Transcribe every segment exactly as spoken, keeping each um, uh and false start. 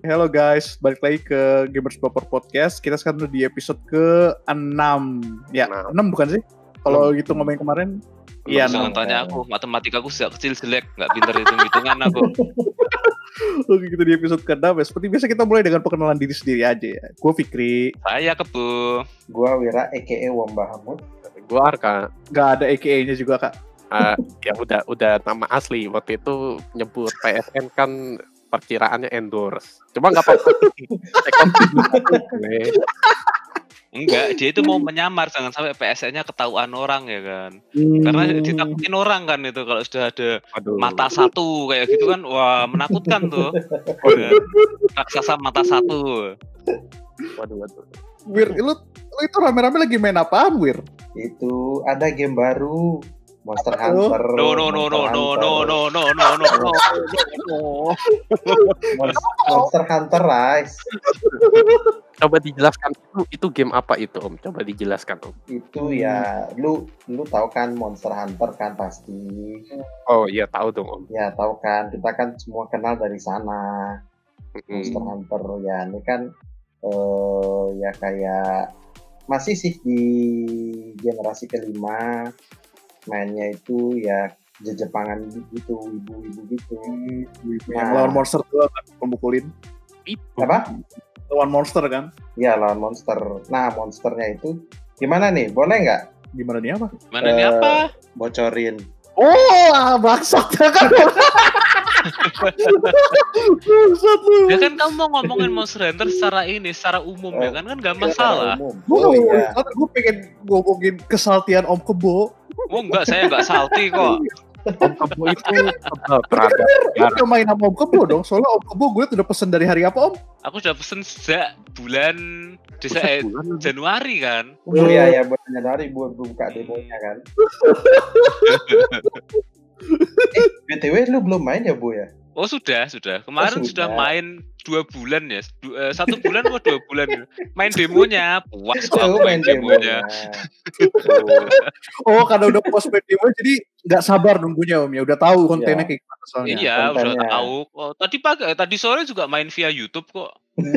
Halo guys, balik lagi ke Gamers Baper Podcast. Kita sekarang udah di episode ke enam. Ya, enam bukan sih? Kalau gitu ngomongin kemarin. Iya, jangan tanya aku, matematikaku sejak kecil jelek, nggak pinter hitung-hitungan aku. Oke, kita di episode ke enam ya. Seperti biasa kita mulai dengan perkenalan diri sendiri aja ya. Gue Fikri. Saya Kebu. Gue Wira, a k a. Wamba Hamud. Gue Arka. Gak ada a k a-nya juga, Kak. Uh, ya udah udah nama asli. Waktu itu nyebut P S N kan perkiraannya endorse. Cuma nggak apa-apa. Enggak, dia itu mau menyamar, jangan sampai P S N-nya ketahuan orang ya kan. Hmm. Karena ditakutin orang kan itu kalau sudah ada Aduh. mata satu kayak gitu kan, wah menakutkan tuh. Raksasa mata satu. Waduh, waduh. Wir, lu, lu itu rame-rame lagi main apaan, Wir? Itu ada game baru. Monster Hunter. No no no no no no no no no no no no. Monster Hunter Rise. Coba dijelaskan itu itu game apa itu Om? Coba dijelaskan Om. Itu ya lu lu tahu kan Monster Hunter kan pasti. Oh iya tahu dong Om. Ya tahu kan, kita kan semua kenal dari sana. Mm-hmm. Monster Hunter ya ini kan uh, ya kayak masih sih di generasi kelima. Mainnya itu ya Jepangan gitu, ibu-ibu gitu. Ibu-ibu nah, yang lawan monster tuh kan pemukulin. Apa? Lawan monster kan? Iya, lawan monster. Nah, monsternya itu gimana nih? Boleh nggak? Gimana nih apa? Gimana nih uh, apa? Bocorin. Oh, ah, bangsat kan. Ya kan kamu mau ngomongin Monster Hunter secara ini, secara umum oh, ya kan kan nggak masalah. Oh, iya. Gue pengen ngomongin kesaltian Om Kebo. Oh enggak, saya enggak salty kok. Om Kebo itu terhadap. Udah main sama Om Kebo dong, soalnya Om Kebo gue udah pesen dari hari apa Om? Aku udah pesen sejak bulan Desa eh, Januari kan. Oh iya ya, bulan Januari buat buka demonya kan. eh, B T W lu belum main ya Bu ya? Oh sudah, sudah. Kemarin oh, sudah. sudah main dua bulan ya, du, uh, satu bulan atau dua bulan. Main demonya, puas kok aku main demonya. oh. oh, karena udah puas main demo, jadi nggak sabar nunggunya Om ya. Udah tahu kontennya ya. Kayak gimana soalnya. Iya, kontennya. Udah tahu. Oh, tadi pagi, tadi sore juga main via YouTube kok.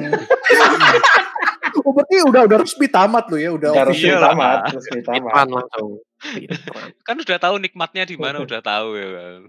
oh, berarti udah udah resmi tamat lo ya, udah. Udah resmi tamat, resmi tamat langsung. Kan udah tahu nikmatnya di mana, udah tahu ya kan.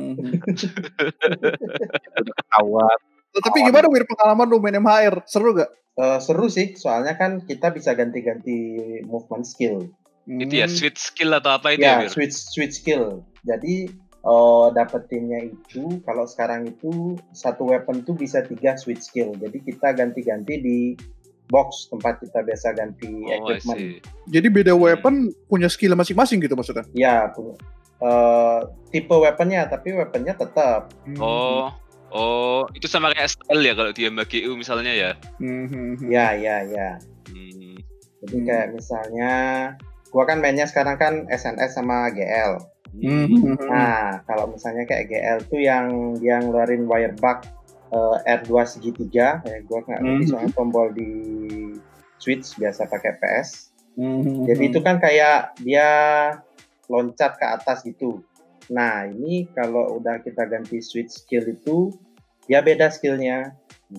Udah ketahuan. Tapi gimana Wir pengalaman lu main M H R? Seru gak? Uh, seru sih, soalnya kan kita bisa ganti-ganti movement skill. Hmm. Itu ya switch skill atau apa itu ya? Ya, switch switch skill. Jadi uh, dapetinnya itu kalau sekarang itu satu weapon tuh bisa tiga switch skill. Jadi kita ganti-ganti di box tempat kita biasa ganti oh, equipment. Jadi beda weapon hmm. punya skill masing-masing gitu maksudnya? Iya, punya. Uh, tipe weaponnya, tapi weaponnya tetap. Oh. Oh, itu sama kayak style ya kalau di M H G U misalnya ya? Mm-hmm. Ya, ya, ya. Hmm. Jadi kayak misalnya, gua kan mainnya sekarang kan S N S sama G L. Mm-hmm. Nah, kalau misalnya kayak G L tuh yang dia ngeluarin wire bug uh, R dua segitiga, ya gua nggak ngerti mm-hmm. soalnya tombol di Switch biasa pakai P S. Mm-hmm. Jadi itu kan kayak dia loncat ke atas gitu. Nah, ini kalau udah kita ganti switch skill itu, dia beda skillnya.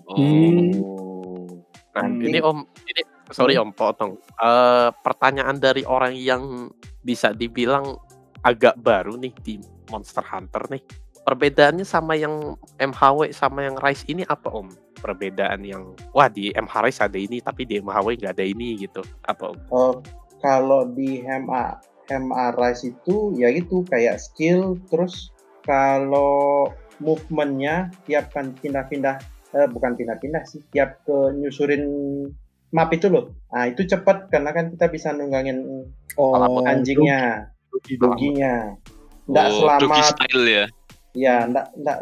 Oh. Nah, ini Om, ini sorry Om, potong. Uh, pertanyaan dari orang yang bisa dibilang agak baru nih di Monster Hunter nih. Perbedaannya sama yang M H W sama yang Rise ini apa Om? Perbedaan yang, wah di M H Rise ada ini, tapi di M H W nggak ada ini gitu. Apa Om? Oh, kalau di M A M A Rise itu ya gitu kayak skill, terus kalau movementnya tiap kan pindah-pindah eh, bukan pindah-pindah sih tiap ke nyusurin map itu loh. Nah itu cepat karena kan kita bisa nunggangin oh, anjingnya, doginya. Nggak oh, selama dogi style ya. Ya nggak nggak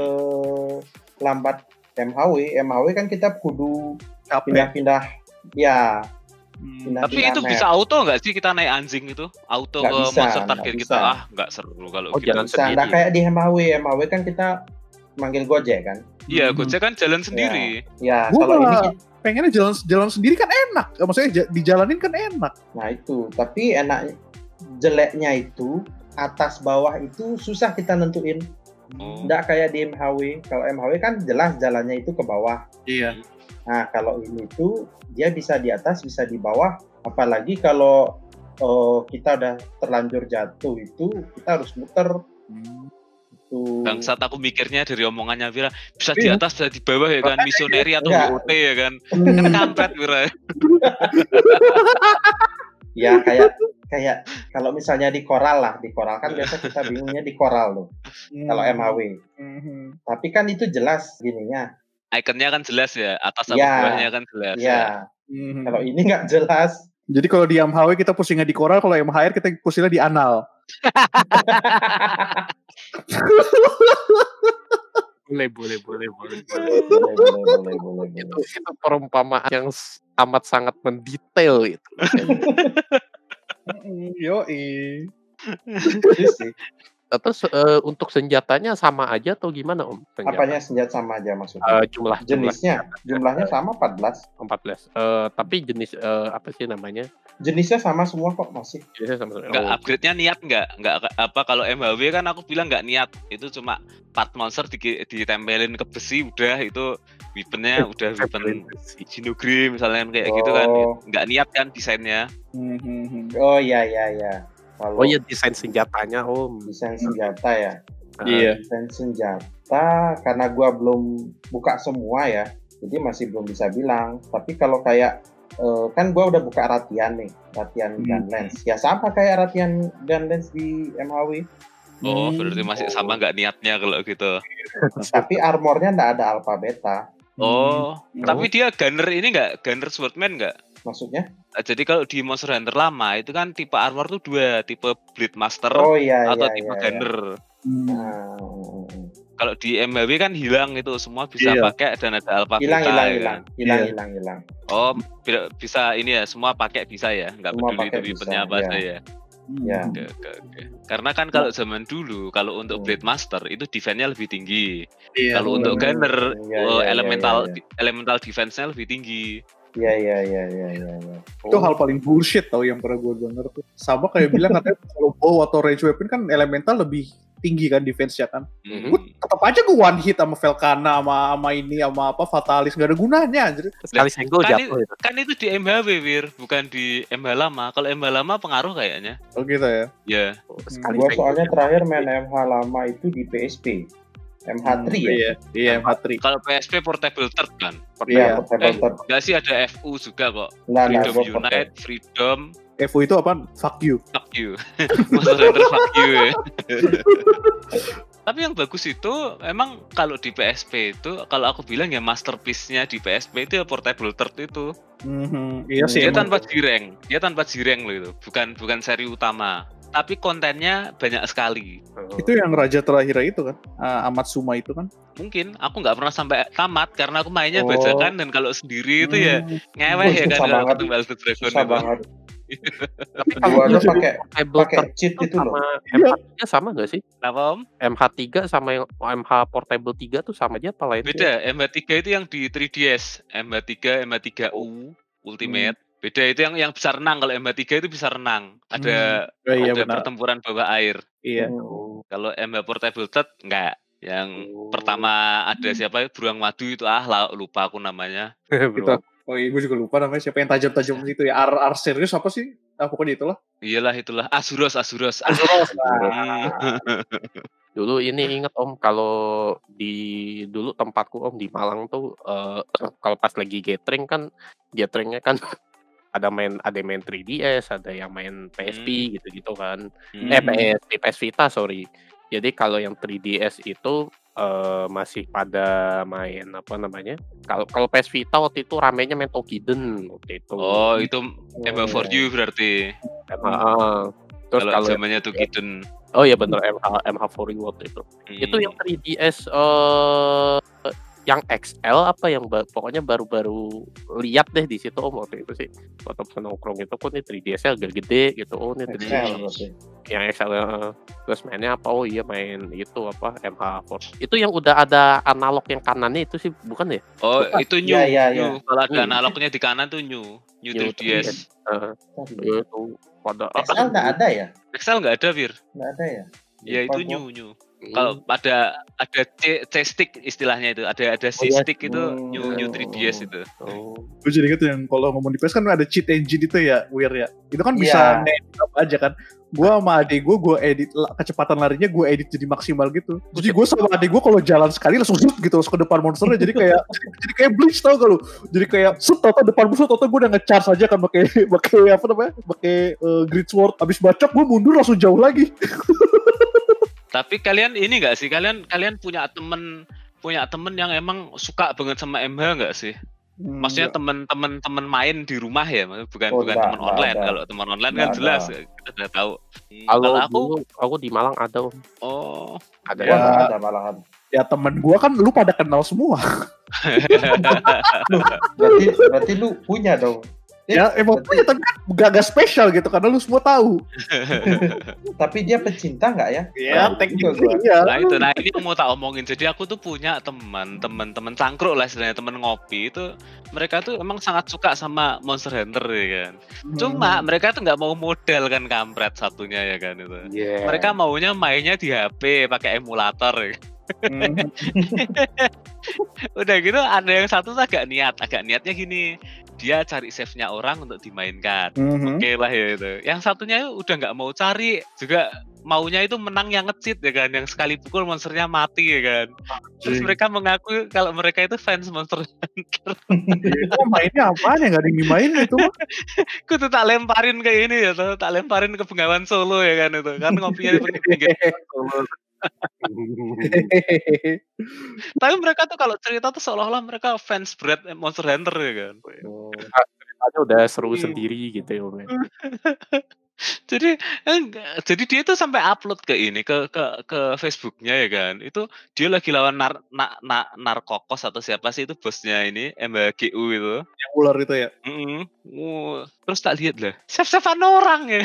selambat M H W. M H W kan kita kudu pindah-pindah ya. Hmm, tapi itu map. Bisa auto nggak sih kita naik anjing itu? Auto gak ke bisa, monster target kita? Ah, nggak seru kalau oh, gitu. Jalan bisa, nggak kayak di M H W. M H W kan kita manggil Gojek kan? Iya, hmm. Gojek kan jalan sendiri. Ya, ya kalau ini pengennya jalan jalan sendiri kan enak. Maksudnya dijalanin kan enak. Nah itu, tapi enak jeleknya itu atas bawah itu susah kita nentuin. Oh. Nggak kayak di M H W. Kalau M H W kan jelas jalannya itu ke bawah. Iya. Nah, kalau ini tuh dia bisa di atas, bisa di bawah. Apalagi kalau uh, kita udah terlanjur jatuh itu, kita harus muter. Hmm. Itu. Bangsat aku mikirnya dari omongannya Vira bisa Iya. di atas bisa di bawah ya kan, misioneri atau Enggak. W O T ya kan. Kan kampret Vira. Ya kayak kayak kalau misalnya di koral lah, di koral kan biasa kita bingungnya di koral loh. Kalau M H W. Hmm. Tapi kan itu jelas gininya. Ikonnya kan jelas ya, atas sama Ya. bawahnya kan jelas. Ya. Ya. Hmm. Kalau ini nggak jelas. Jadi kalau di M H W kita pusingnya di koral, kalau M H R kita pusingnya di anal. Boleh, boleh, boleh, boleh. boleh, boleh, boleh, boleh, boleh. Itu itu perumpamaan yang s- amat sangat mendetail itu. Yoi. Itu sih. Terus eh, untuk senjatanya sama aja atau gimana Om? Senjata? Apanya senjata sama aja maksudnya? Eh, jumlah Jenisnya, jumlahnya sama empat belas. empat belas. Eh, tapi jenis eh, apa sih namanya? Jenisnya sama semua kok masih. Jenisnya sama. Enggak, Oh, upgrade-nya niat enggak? Enggak apa kalau M H W kan aku bilang enggak niat. Itu cuma part monster di, ditempelin ke besi udah itu weaponnya udah weapon Shinogri misalnya kayak gitu kan. Oh. Enggak niat kan desainnya. Hmm. Oh iya iya iya. Oh Kalau iya, desain senjatanya Om. desain senjata ya. Nah, Iya. Desain senjata karena gua belum buka semua ya. Jadi masih belum bisa bilang. Tapi kalau kayak eh, kan gua udah buka Ratian nih, Ratian Hmm. Gunlance. Ya sama kayak Ratian Gunlance di M H W. Oh, Hmm. berarti masih sama enggak niatnya kalau gitu. Tapi armornya nggak ada alpha beta. Oh, Hmm. tapi dia gunner ini enggak? Gunner swordman enggak? Maksudnya? Nah, jadi kalau di Monster Hunter lama itu kan tipe armor tuh dua, tipe Blade Master Oh iya atau iya tipe iya. iya. gunner. Hmm. Nah, Kalau di M H W kan hilang itu semua bisa Iya. pakai dan ada alpha hilang beta hilang ya hilang kan? hilang Iya. hilang hilang. Oh, bi- bisa ini ya, semua pakai bisa ya, nggak Semua peduli pakai itu bisa, weaponnya apa ya. aja ya. Ya. Oke, oke, oke. Karena kan kalau zaman dulu, kalau untuk Hmm. Blade Master itu defense-nya lebih tinggi. Iya. Kalau untuk Hmm, Gunner, iya, oh, iya, iya, elemental iya, iya. elemental defense-nya lebih tinggi. Iya iya iya iya iya. Ya. Itu hal paling bullshit tau yang pernah gue denger tuh. Sama kayak bilang katanya kalau bow atau range weapon kan elemental lebih tinggi kan defense-nya kan. Hmm. Gue tetap aja gue one hit sama Velkana sama sama ini sama apa Fatalis gak ada gunanya anjir. sekali senggol Kan, jatuh i- itu. kan itu di M H W, Wir, bukan di M H lama. Kalau M H lama pengaruh kayaknya. Oh gitu ya. Ya. Sekali Gua senggol soalnya jatuh. terakhir main M H lama itu di P S P. M H tiga ya. Iya, iya M H tiga. Kalau P S P portable third kan. Iya. Iya, portable Eh, third. Enggak sih ada F U juga kok. Nah, nah, Freedom gua pakai. Unite, Freedom, F U itu apa? Fuck you. fuck you. Monster Hunter fuck you ya. Tapi yang bagus itu emang kalau di P S P itu kalau aku bilang ya masterpiece-nya di P S P itu ya portable third itu. Mhm. Iya sih. Dia emang. tanpa jireng, dia tanpa jireng loh itu. Bukan bukan seri utama. Tapi kontennya banyak sekali. Itu yang raja terakhir itu kan, uh, Amatsuma itu kan. Mungkin aku nggak pernah sampai tamat karena aku mainnya Oh. bajakan dan kalau sendiri itu ya Hmm. ngeweh ya Susah kan kalau banget. ketemu Wild Dragon Susah itu. banget. Tapi Gua kalau aja untuk pakai portable pakai third cheat itu itu loh. sama M H tiga sama nggak sih? Kenapa Om? M H tiga sama yang M H Portable tiga tuh sama aja apa lain sih? Beda, M H tiga itu yang di tiga D S, M H tiga, M H tiga U Ultimate. Beda itu yang yang bisa renang. Kalau M H tiga itu bisa renang. Ada Oh, iya ada benar. pertempuran bawah air. Iya. Hmm. Kalau M H Portable Third enggak. Yang Oh. pertama ada siapa ya? Beruang madu itu ah la- lupa aku namanya. Gitu. Oh iya, gue juga lupa namanya siapa yang tajam-tajam itu ya. Ar Ar serius apa sih? Ah, pokoknya itulah. Iyalah itulah Azuros Azuros. Ah, Azuros. Dulu ini inget Om, kalau di dulu tempatku Om di Malang tuh eh, kalau pas lagi gathering kan gatheringnya kan ada main ada yang main tiga D S, ada yang main P S P gitu-gitu kan. Hmm. Eh P S P, P S Vita sorry. Jadi kalau yang tiga D S itu eh, masih pada main apa namanya? Kalau kalau P S Vita waktu itu ramenya main Tokiden waktu itu. Oh, itu M H for Oh, you berarti. M H. Terus Kalau kalau yang- zamannya tuh Kiden. oh iya bener M H M H for you waktu itu. Itu yang tiga D S eh yang X L apa yang ba- pokoknya baru-baru lihat deh di situ Om waktu itu sih. Waktu nongkrong itu kok nih tiga D S-nya agak gede gitu. Oh nih tiga D S X L berarti. yang X L eh, terus mainnya apa? Oh iya main itu apa M H four. Itu yang udah ada analog yang kanannya itu sih bukan ya? Oh, Bukan. itu new. Iya, iya, new. iya. Kalau ada New. analognya di kanan tuh new. New New tiga D S. Heeh. itu pada X L nggak ada ya? X L nggak ada, Wir. Nggak ada ya? Ya Lupa itu gua. new, new. Kalau ada ada C, C stick istilahnya itu, ada ada C Oh, iya. stick itu Hmm. New New three D S itu. Oh. Gue jadi inget yang kalau ngomong di P S kan ada cheat engine itu ya, Weir ya. Itu kan bisa Iya. ngedit apa aja kan. Gue sama adik gue, gue edit la- kecepatan larinya gue edit jadi maksimal gitu. Jadi gue sama adik gue kalau jalan sekali langsung zut gitu langsung ke depan monsternya. Jadi kayak jadi kayak Bleach tau gak lu? Jadi kayak set tau depan musuh, tau gue udah nge-charge aja kan pakai pakai apa namanya? Pakai uh, Great Sword. Abis bacok gue mundur langsung jauh lagi. Tapi kalian ini nggak sih? Kalian kalian punya temen punya temen yang emang suka banget sama M H nggak sih? Hmm, Maksudnya enggak. temen-temen temen main di rumah ya, bukan Oh, bukan enggak, temen enggak online. ada. Kalau temen online Enggak kan jelas ada. kita udah tahu. Hmm, Kalau Kalau aku, dulu aku di Malang ada Om. oh, Ada Gua Ya. nggak ada malahan. Ya temen gue kan lu pada kenal semua. Lu, berarti berarti lu punya dong. Eh, Ya emang berarti- punya tapi kan gak, gak spesial gitu karena lu semua tahu. Tapi dia pecinta nggak ya? Ya Nah, teknik juga gua. iya. nah itu, nah ini yang mau tak omongin. Jadi aku tuh punya teman, teman-teman cangkruk lah istilahnya, teman ngopi itu. Mereka tuh emang sangat suka sama Monster Hunter ya kan. Cuma Hmm. mereka tuh nggak mau modal kan, kampret satunya ya kan itu. Iya. Mereka maunya mainnya di H P pakai emulator ya. Hmm. Udah gitu ada yang satu tuh agak niat, agak niatnya gini. Dia cari save-nya orang untuk dimainkan. Mhm. Oke lah ya itu. Yang satunya udah nggak mau cari, juga maunya itu menang yang nge-cheat ya kan, yang sekali pukul monsternya mati ya kan. Terus Anjing. mereka mengaku kalau mereka itu fans Monster Hunter. Itu mainnya apaan ya gak ada yang dimainin itu mah. Aku tuh tak lemparin kayak ini ya, tuh tak lemparin ke Bengawan Solo ya kan itu. Kan ngopinya di pinggir Solo. Tapi mereka tuh kalau cerita tuh seolah-olah mereka fans berat Monster Hunter ya kan. Hmm. Ceritanya udah seru Iya. sendiri gitu ya Om. ya. Jadi enggak, jadi dia tuh sampai upload ke ini ke ke ke Facebooknya ya kan. Itu dia lagi lawan nar, na, na, Narkokos atau siapa sih itu bosnya ini M H G U itu. Yang ular itu ya. Mm-mm. Wah, terus tak lihat lah. Save-savean orang ya.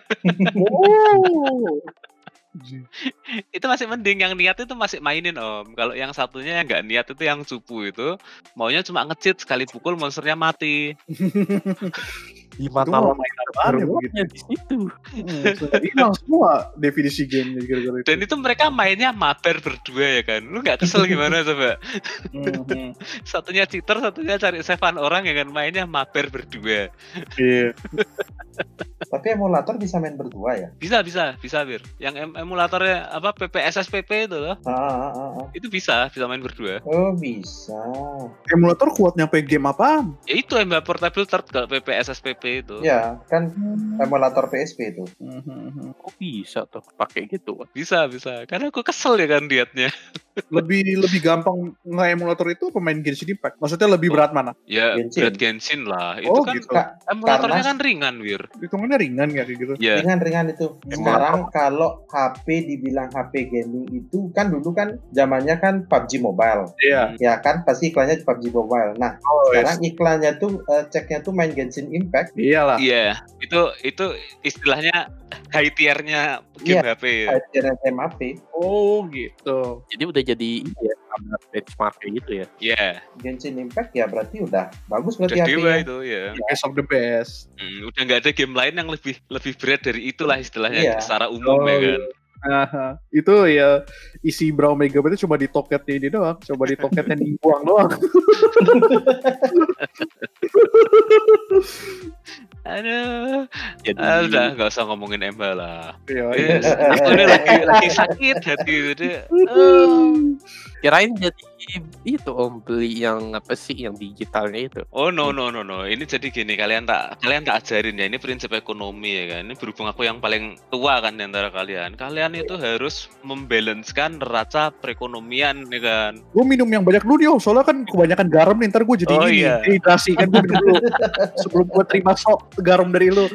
Oh. Itu masih mending, yang niat itu masih mainin Om. Kalau yang satunya yang nggak niat itu yang cupu itu maunya cuma nge-cheat sekali pukul monsternya mati. Di Itu mata mau orang main apaan ya begitu. berwaknya di situ. Hmm, sudah hilang semua definisi gamenya gara-gara itu. Dan itu mereka mainnya mabar berdua ya kan. Lu nggak kesel gimana coba? Mhm. Satunya cheater, satunya cari savean orang ya kan, mainnya mabar berdua. Iya. Tapi emulator bisa main berdua ya? Bisa bisa bisa Bir. Yang em- emulatornya apa P P S S P P itu loh. Ah, ah, ah, ah. Itu bisa, bisa main berdua. Oh bisa. Emulator kuat nyampe game apaan? Ya itu M H Portable Third kalau P P S S P P itu. Ya kan emulator P S P itu. Mhm. Kok bisa tuh pakai gitu? Bisa bisa. Karena aku kesel ya kan liatnya. Lebih lebih gampang nge-emulator itu pemain Genshin Impact. Maksudnya lebih berat mana? Ya Genshin. berat Genshin lah. Itu Oh, kan gitu. Ka- emulatornya karena- kan ringan Wir. Hitungannya ringan ya kayak gitu. Ya. Ringan-ringan itu. Sekarang kalau H P dibilang H P gaming itu kan dulu kan zamannya kan P U B G Mobile. Iya. Ya kan pasti iklannya di P U B G Mobile. Nah, Oh, sekarang iklannya tuh eh, ceknya tuh main Genshin Impact. iyalah. Iya, itu itu istilahnya high tier-nya game H P ya. Ajaran M A P. Oh, gitu. Jadi udah jadi ini ya standar benchmark kayak gitu ya. Iya, Genshin Impact ya berarti udah bagus udah berarti dewa H P-nya. itu ya. The best of the best. Hmm, udah nggak ada game lain yang lebih lebih berat dari itulah istilahnya Iya. secara umum Oh, ya kan. Aha. Itu ya isi Brawl Megabyte itu cuma di toketnya ini doang, coba di toketnya dibuang doang. Aduh, Jadi ah, udah nggak usah ngomongin Emba lah. Iya, Eh, iya. aku ini lagi lagi sakit hati jadi. eh. kirain jadi itu Om beli yang apa sih yang digitalnya itu. Oh no no no no, ini jadi gini, kalian tak kalian tak ajarin ya, ini prinsip ekonomi ya kan. Ini berhubung aku yang paling tua kan di antara kalian. Kalian itu harus membalancekan neraca perekonomian ya kan. Gue minum yang banyak dulu nih, Om. Soalnya kan kebanyakan garam nih, ntar gue jadi Oh, ini, iya. dehidrasi kan gue minum dulu. Sebelum gue terima sok garam dari lu.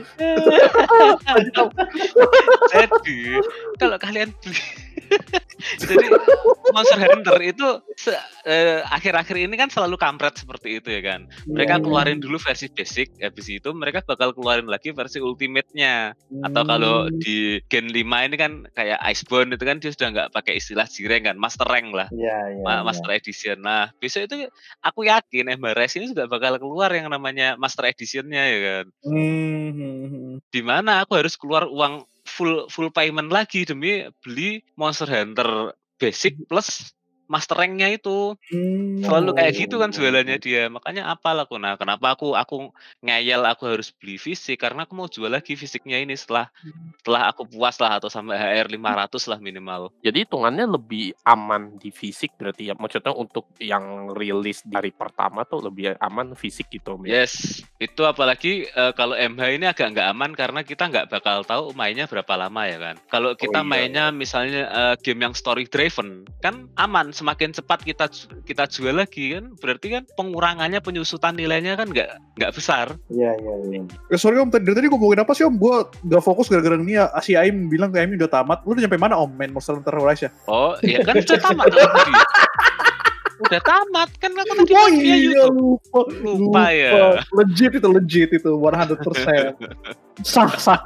Jadi kalau kalian beli jadi Monster Hunter itu se- eh, akhir-akhir ini kan selalu kampret seperti itu ya kan. Mereka Iya. keluarin dulu versi basic, habis itu mereka bakal keluarin lagi versi ultimate-nya. Atau kalau di Gen lima ini kan kayak Iceborne itu kan dia sudah nggak pakai istilah jireng kan, master rank lah, Iya, iya. Ma- iya. master edition. Nah, besok itu aku yakin M H R S ini juga bakal keluar yang namanya master edition-nya ya kan. Hmm. Di mana aku harus keluar uang full full payment lagi demi beli Monster Hunter Basic plus Master Rank-nya itu. Hmm. Selalu kayak gitu kan jualannya dia. Makanya apalah aku. Nah, kenapa aku aku ngeyel aku harus beli fisik karena aku mau jual lagi fisiknya ini setelah setelah aku puas lah atau sampai H R lima ratus lah minimal. Jadi hitungannya lebih aman di fisik berarti ya. Maksudnya untuk yang rilis dari pertama tuh lebih aman fisik gitu. Ya? Yes, itu apalagi uh, kalau M H ini agak nggak aman karena kita nggak bakal tahu mainnya berapa lama ya kan. Kalau kita oh, iya, mainnya iya. misalnya uh, game yang story driven kan aman, semakin cepat kita kita jual lagi kan, berarti kan pengurangannya penyusutan nilainya kan nggak nggak besar. Iya iya iya. Eh, sorry om, tadi tadi ngomongin apa sih om? Gue nggak fokus gara-gara ini ya. Si Aim bilang ke Aim udah tamat. Lu udah nyampe mana om main Monster Hunter Rise ya? Oh iya kan sudah tamat tadi. Udah tamat kan aku tadi oh, iya, YouTube. Lupa, lupa, lupa ya. Legit itu legit itu seratus persen. Sah sah.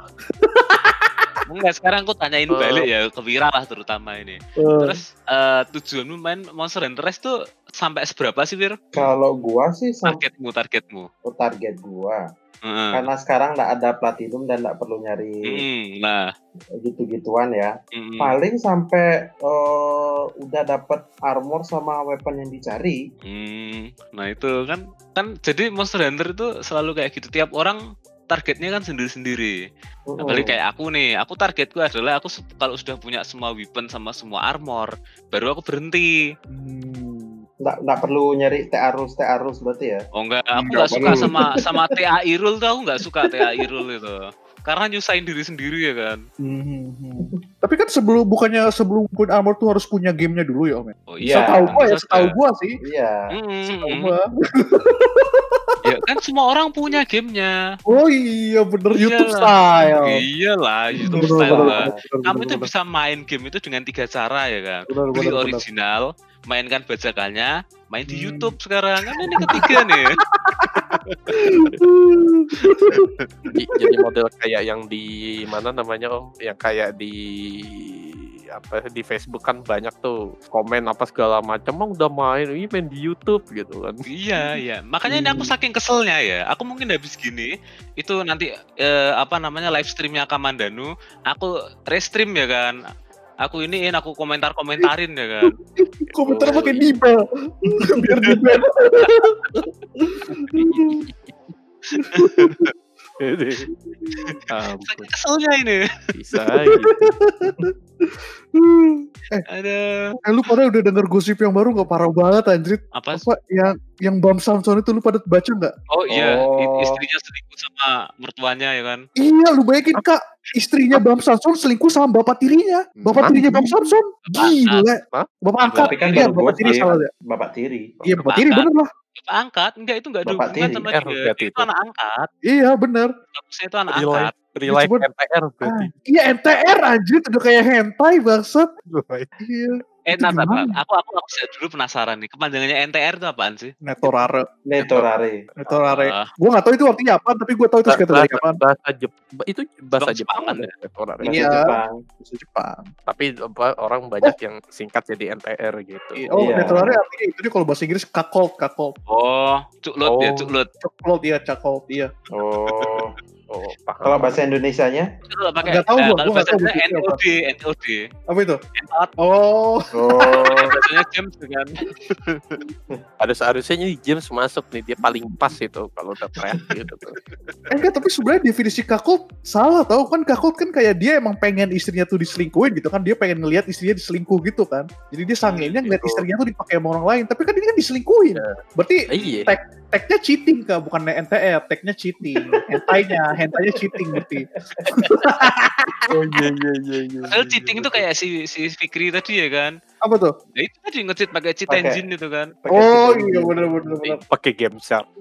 Enggak, sekarang aku tanyain uh. balik ya ke Wira lah terutama ini. Uh. Terus uh, tujuanmu main Monster Hunter Rise tuh sampai seberapa sih, Wir? Kalau gua sih targetmu targetmu. Oh, target gua. Uh. Karena sekarang nggak ada platinum dan nggak perlu nyari mm, nah gitu-gituan ya. Mm. Paling sampai uh, udah dapat armor sama weapon yang dicari. Mm. Nah itu kan kan jadi Monster Hunter itu selalu kayak gitu, tiap orang targetnya kan sendiri-sendiri. Uh-uh. Apalagi kayak aku nih, aku targetku adalah aku kalau sudah punya semua weapon sama semua armor, baru aku berhenti. Hmm. Nggak, nggak perlu nyari T A Rus, T A Rus berarti ya? Oh enggak, aku nggak suka sama sama T A I rule tuh, aku nggak suka T A I rule itu. Karena nyusahin diri sendiri ya kan. Hmm. Tapi kan sebelum bukannya sebelum pun armor tuh harus punya gamenya dulu ya om. Oh iya. Setahu gua ya, setahu gua sih. Iya. Mm-hmm. Setahu gua. Ya kan semua orang punya gamenya. Oh iya bener, iyalah. YouTube style. Iyalah YouTube bener, style bener, lah. Bener, bener, Kamu bener, itu bener. Bisa main game itu dengan tiga cara ya kan. Bener, Beli bener, original, bener. Mainkan bajakannya, main di hmm. YouTube sekarang kan ini ketiga nih. jadi, jadi model kayak yang di mana namanya om, yang kayak di apa di Facebook kan banyak tuh komen apa segala macam, emang udah main ini main di YouTube gitu kan. Iya iya, makanya ini aku saking keselnya ya, aku mungkin habis gini itu nanti eh, apa namanya live streamnya Kamandanu, aku restream ya kan, aku iniin aku komentar komentarin ya kan. Komentar pakai dibel biar dibel. Saking keselnya ini. Bisa gitu. eh, ada. Eh, lu pada udah denger gosip yang baru nggak, parah banget anjir? Apa? Apa yang yang Bam Samson itu lu pada baca nggak? Oh iya, oh. Istrinya selingkuh sama mertuanya ya kan? Iya, lu bayangin Kak, istrinya Bam Samson selingkuh sama bapak tirinya. Bapak Hah? tirinya Bam Samson. Gila. Hah? Bapak angkat. Kan iya, bapak tiri salah ya. Bapak tiri. Iya, bapak tiri bener lah. Bapak angkat, enggak itu enggak ada hubungan sama dia. Itu, itu anak angkat. Iya, bener. Bagusnya itu anak Real angkat. Real life N T R berarti. Ah, iya N T R anjir, udah kayak hentai bangsat. Iya. Eh, nah, aku aku aku dulu penasaran nih, kepanjangannya N T R itu apaan sih? Netorare. Netorare. Netorare. Uh, gue nggak tahu itu artinya apa, tapi gue tahu itu sekitar dari apaan. Bahasa Jepang itu bahasa Jepang kan ya? Netorare. Iya. Jepang. Bahasa Jepang. Tapi apa, orang banyak oh. yang singkat jadi N T R gitu. Oh, iya. Netorare artinya itu dia kalau bahasa Inggris kakolt, kakolt. Oh, cuklut oh. ya, cuklut. Cuklut iya, cakolt iya. Oh. Oh, kalau bahasa Indonesianya? Kalau pakai enggak tahu nah, gua, kalau gua bahasa tahu N O D, N O D. Apa itu? Entot. Oh. Oh. Bahasanya James kan. Ada seharusnya ini James masuk nih, dia paling pas itu kalau udah teriak gitu. Eh, enggak, tapi sebenarnya definisi kakult salah tau kan, kakult kan kayak dia emang pengen istrinya tuh diselingkuhin gitu kan, dia pengen ngelihat istrinya diselingkuh gitu kan. Jadi dia sangenya ngeliat istrinya tuh dipakai sama orang lain, tapi kan ini kan diselingkuhin. Berarti iya. tag tagnya cheating Kak, bukan N T R, tagnya cheating. Hentainya, hentainya cheating berarti. Oh iya iya iya iya. Padahal cheating itu kayak si si Fikri tadi ya kan. Apa tuh? Ya itu tadi nge-cheat pakai cheat engine itu kan. Oh iya benar benar benar. Pakai game shark.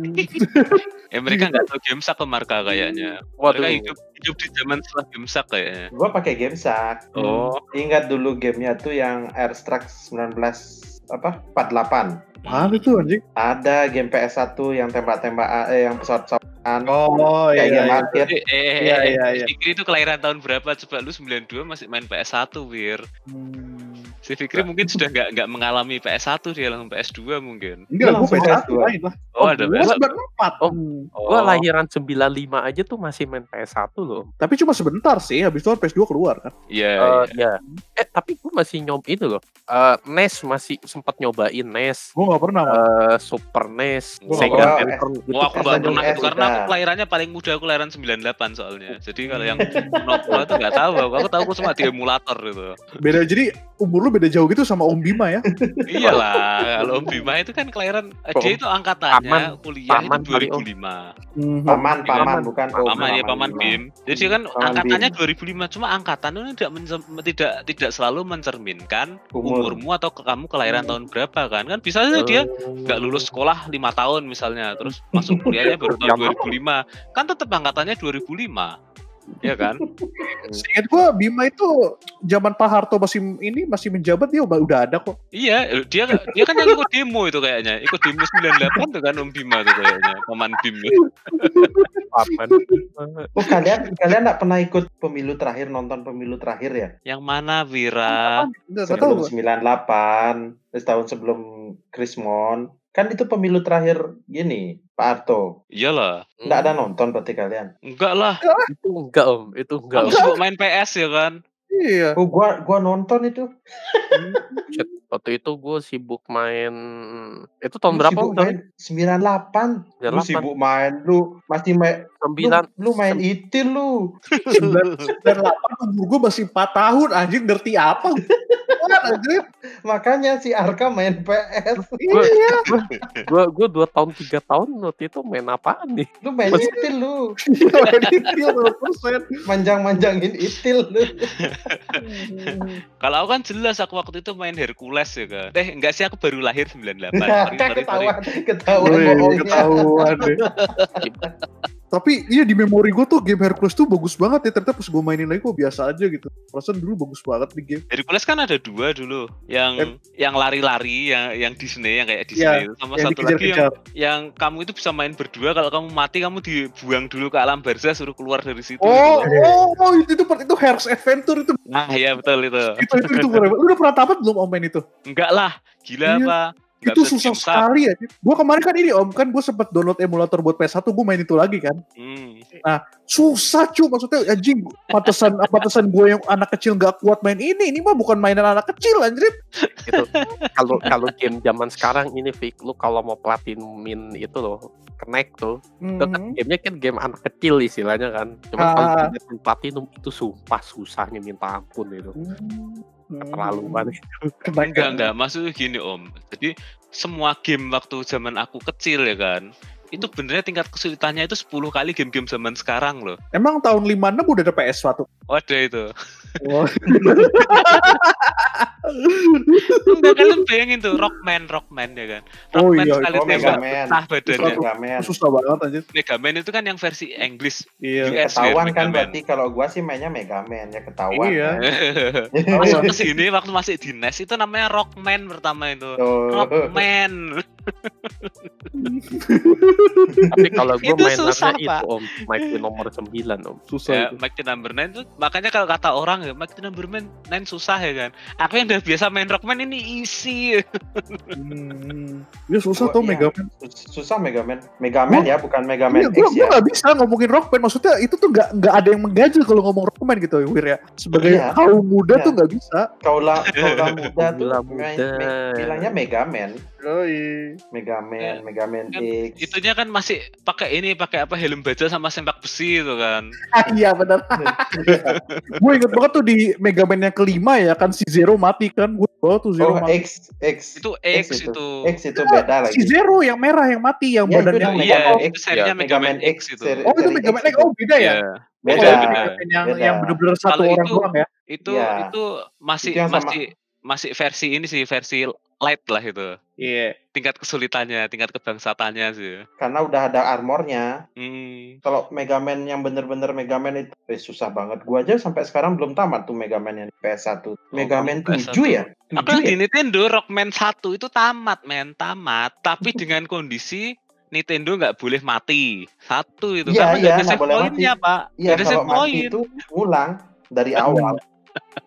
Ya mereka nggak tahu game shark ke marka kayaknya. Waduh. Mereka hidup hidup di zaman setelah game shark kayaknya. Gua pakai game shark. Oh. Ingat dulu gamenya tuh yang Airstrike sembilan belas apa empat puluh delapan. Mana itu anjing? Ada game P S satu yang tembak-tembak eh yang pesawat-pesawatan. Oh iya iya. Iya iya iya. Fikri itu kelahiran tahun berapa? Coba lu sembilan puluh dua masih main P S satu, Wir. Hmm. Si Fikri mungkin sudah nggak nggak mengalami P S satu, dia langsung P S dua mungkin. Enggak, gue langsung P S satu P S dua. main lah. Oh, ada P Gue S satu. sembilan empat. Oh. Hmm. Gua Oh. lahiran sembilan lima aja tuh masih main P S satu loh. Tapi cuma sebentar sih, habis itu kan P S dua keluar kan. Iya. Eh, iya. ya. Eh tapi gue masih nyob itu loh. Eh, N E S masih sempat nyobain N E S, Gue gak pernah. Man. eh, Super N E S, Gua Sega nggak Saturn gitu. Oh, aku nggak S pernah S itu karena aku udah. kelahirannya paling muda, aku kelahiran sembilan delapan soalnya. Jadi kalau yang Nopla itu nggak tahu, aku, aku tahu aku cuma di emulator gitu. Beda, jadi umur lu beda jauh gitu sama Om Bima ya. Iyalah, kalau Om Bima itu kan kelahiran eh, dia itu angkatannya Paman- kuliah paman itu dua ribu lima. Hmm. Paman, Iya. paman, bukan Om. Paman ya, paman Bima. Bim. Jadi dia kan Paman angkatannya Bim. dua ribu lima, cuma angkatan itu tidak mencer- tidak tidak selalu mencerminkan Umur. umurmu atau ke- kamu kelahiran tahun berapa kan. Kan bisa aja dia nggak lulus sekolah lima tahun misalnya, terus masuk kuliahnya baru tahun dua ribu lima. Kan tetap angkatannya dua ribu lima. Ya kan? Seingat gue Bima itu zaman Pak Harto masih ini masih menjabat dia udah udah ada kok. Iya, dia dia kan yang ikut demo itu kayaknya. Ikut demo sembilan delapan tuh kan Om Bima tuh kayaknya, paman Bim. Paman. Oh, kalian kalian nggak pernah ikut pemilu terakhir, nonton pemilu terakhir ya? Yang mana Wira? Enggak tahu. Sebelum sembilan delapan, terus tahun sebelum Krismon. Kan itu pemilu terakhir gini, Pak Harto. Iyalah. Nggak ada nonton berarti kalian? Enggak lah. Itu enggak om, itu enggak. Kamu Om. sibuk main P S ya kan? Iya. Oh, gua gua nonton itu. Shit, waktu itu gue sibuk main. Itu tahun Lu berapa? sibuk Om? main sembilan delapan. Lu sembilan delapan. sibuk main, lu masih main lu, Sembilan. lu main itil lu. sembilan delapan umur gue masih empat tahun anjing, ngerti apa? Wah, anjing. Makanya si Arka main P S. Gue Iya. gue gue dua tahun tiga tahun waktu itu main apaan nih? Lu main Mas- itil lu. Main itil dua persen. Manjang-manjangin itil lu. Kalau aku kan jelas aku waktu itu main Hercules ya kan. Eh enggak sih, aku baru lahir sembilan delapan. Nah, Sorry, sorry, sorry. ketahuan, ketahuan Wih, bohongnya. ketahuan deh. Tapi iya di memori gue tuh game Hercules tuh bagus banget ya. Ternyata pas gue mainin lagi kok biasa aja gitu. Perasaan dulu bagus banget di game. Hercules kan ada dua dulu, yang Em- yang lari-lari, yang yang Disney, yang kayak Iya, Disney itu, sama Yang satu lagi yang, dikejar-kejar. yang kamu itu bisa main berdua. Kalau kamu mati, kamu dibuang dulu ke alam barzah, suruh keluar dari situ. Oh, gitu. oh, oh, itu itu part itu Hearts Adventure itu. Nah, iya betul itu. Itu itu itu keren. Lu udah pernah tamat belum Om main itu? Enggak lah, gila Iya. apa? Nggak Itu bisa susah diusap. sekali ya. Gue kemarin kan ini Om, kan gue sempet download emulator buat P S satu, gue main itu lagi kan. Hmm. Susah cu, maksudnya anjing, pantesan pantesan gue yang anak kecil gak kuat main ini. Ini mah bukan mainan anak kecil anjir. Gitu. Kalau kalau game zaman sekarang ini Fik, lu kalau mau platinumin itu loh, Connect tuh. Itu kan Hmm. gamenya kan game anak kecil istilahnya kan. Cuma kalau Ah. game platinum itu sumpah susahnya minta ampun itu. Keterlaluan. Enggak, enggak. Maksudnya gini Om. Jadi semua game waktu zaman aku kecil ya kan, itu benernya tingkat kesulitannya itu sepuluh kali game-game zaman sekarang loh. Emang tahun lima enam udah ada P S satu. Oh, ada itu. Oh. Enggak, kalian bayangin tuh Rockman, Rockman ya kan. Oh Rockman iya, sekali oh, tembak Megaman. pecah badannya. Megaman. Susah banget anjir. Megaman itu kan yang versi English. Iya. U S Ketahuan ya, kan Megaman. berarti kalau gua sih mainnya Megaman ya, ketahuan. Iya. Kan? Masuk ke sini waktu masih di N E S itu namanya Rockman pertama itu. Tuh. Rockman. Tapi kalau gue Itu mainannya susah, itu Pak. Om, Mighty nomor sembilan Om. Susah Ya, itu. Mighty Number nine itu makanya kalau kata orang ya Mighty Number nine susah ya kan. Aku yang udah biasa main Rockman ini easy. Hmm. Ya susah Gua- tuh iya. Megaman. Sus- Susah Megaman. Megaman ya, bukan Megaman Iya, gue X ya. gak bisa ngomongin Rockman. Maksudnya itu tuh gak, gak ada yang mengganjal kalau ngomong Rockman gitu Wir ya. Sebagai Iya. kaum muda Iya. tuh gak bisa. Kaulah kaulah muda tuh Kaulah main- muda. main- bilangnya Megaman. Oh iya. Megaman, Ya, Megaman kan X. Itunya kan masih pakai ini, pakai apa helm baja sama sempak besi itu kan. Ah, iya benar. Gue inget banget tuh di Megaman yang kelima ya kan si Zero mati kan. Gue bawa tuh Zero Oh, mati. X, X. Itu X itu. X itu beda lagi. Si Zero yang merah yang mati yang Ya, itu badannya. namanya Iya, Megaman itu X, serinya ya. Megaman Megaman X X, itu. seri- Oh itu seri Megaman X X. Oh beda ya. Iya. Beda. Beda, Oh, beda. Megaman yang Beda. yang bener-bener satu Kalau orang itu- doang ya. Itu Iya. itu masih Itu yang sama- masih masih versi ini sih, versi light lah itu. Iya. Tingkat kesulitannya, tingkat kebangsatannya sih. Karena udah ada armornya. Hmm. Kalau Megaman yang bener-bener Megaman itu eh, susah banget. Gua aja sampai sekarang belum tamat tuh Megaman yang di P S satu. Megaman P S satu. tujuh ya? Aku tujuh yang di ya? Nintendo Rockman satu itu tamat, men, tamat. Tapi dengan kondisi Nintendo nggak boleh mati. Satu itu Iya, karena iya, nggak ada nggak save boleh point-nya, Pak. Iya, Nggak ada kalau save mati point. itu ngulang dari awal.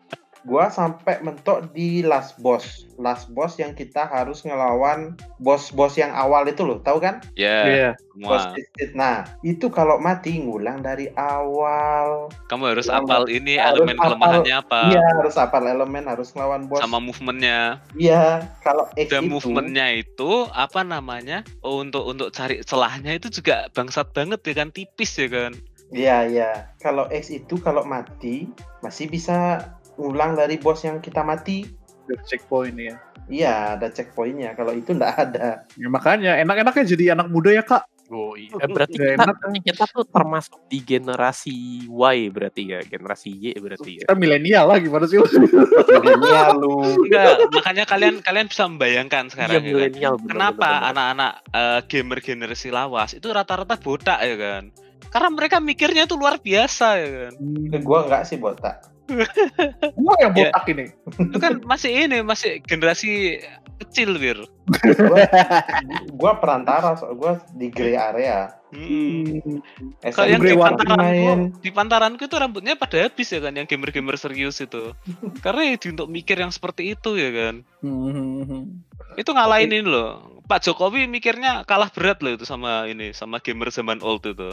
gua sampai mentok di last boss. Last boss yang kita harus ngelawan bos-bos yang awal itu loh, tahu kan? Ya, Iya. Bos semua. Twisted. Nah, itu kalau mati ngulang dari awal. Kamu harus Kamu apal ini harus elemen hafal. kelemahannya apa, Iya, harus hafal elemen, harus ngelawan bos. sama movementnya. Iya, kalau X Dan itu movementnya itu apa namanya? Oh, untuk untuk cari celahnya itu juga bangsat banget ya kan, tipis ya kan. Iya, iya. Kalau X itu kalau mati masih bisa ulang dari bos yang kita mati. Dari checkpoint ya. Iya, ada checkpointnya. Kalau itu nggak ada. Ya makanya enak-enaknya jadi anak muda ya kak. Oh iya. Eh, berarti Nggak kita, enak. kita tuh termasuk di generasi Y berarti ya, generasi Y berarti ya. Kita milenial lah gimana sih lu? Milenial lu. Enggak, makanya kalian kalian bisa membayangkan Iya sekarang ya kan. milenial. bener, Kenapa bener, bener. anak-anak eh, gamer generasi lawas itu rata-rata botak ya kan? Karena mereka mikirnya itu luar biasa ya kan. Eh, Gua nggak sih botak. Gua yang botak ini. Itu kan masih ini masih generasi kecil Bir. Gua, gua perantara, so gua di gray area. Hmm. S Kalau M yang P di main. pantaranku, di pantaranku itu rambutnya pada habis ya kan, yang gamer-gamer serius itu. Karena ya di- untuk mikir yang seperti itu ya kan. Itu ngalahin ini loh. Pak Jokowi mikirnya kalah berat loh itu sama ini, sama gamer zaman old itu.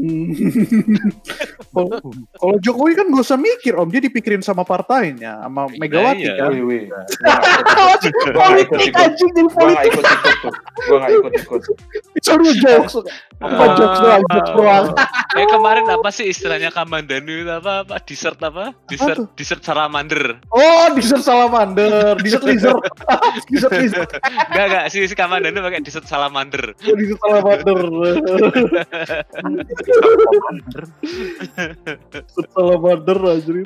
Kalau kalau Jokowi kan gak usah mikir om, dia dipikirin sama partainya, sama Iya, Megawati iya. kan. Wih, wih. Gua nggak ikut Politik ikut. anjing jadi Gua nggak politik. ikut ikut tuh. Gua nggak ikut ikut. Cuma jokes. Apa Ah. jokes doang, jokes doang. Eh kemarin apa sih istilahnya Kamandanu itu apa apa dessert apa? Dessert tuh? dessert salamander. Oh, dessert salamander, dessert lizard, dessert lizard, Enggak enggak si si Kamandanu pakai dessert salamander. oh, dessert salamander. Dessert salamander anjir.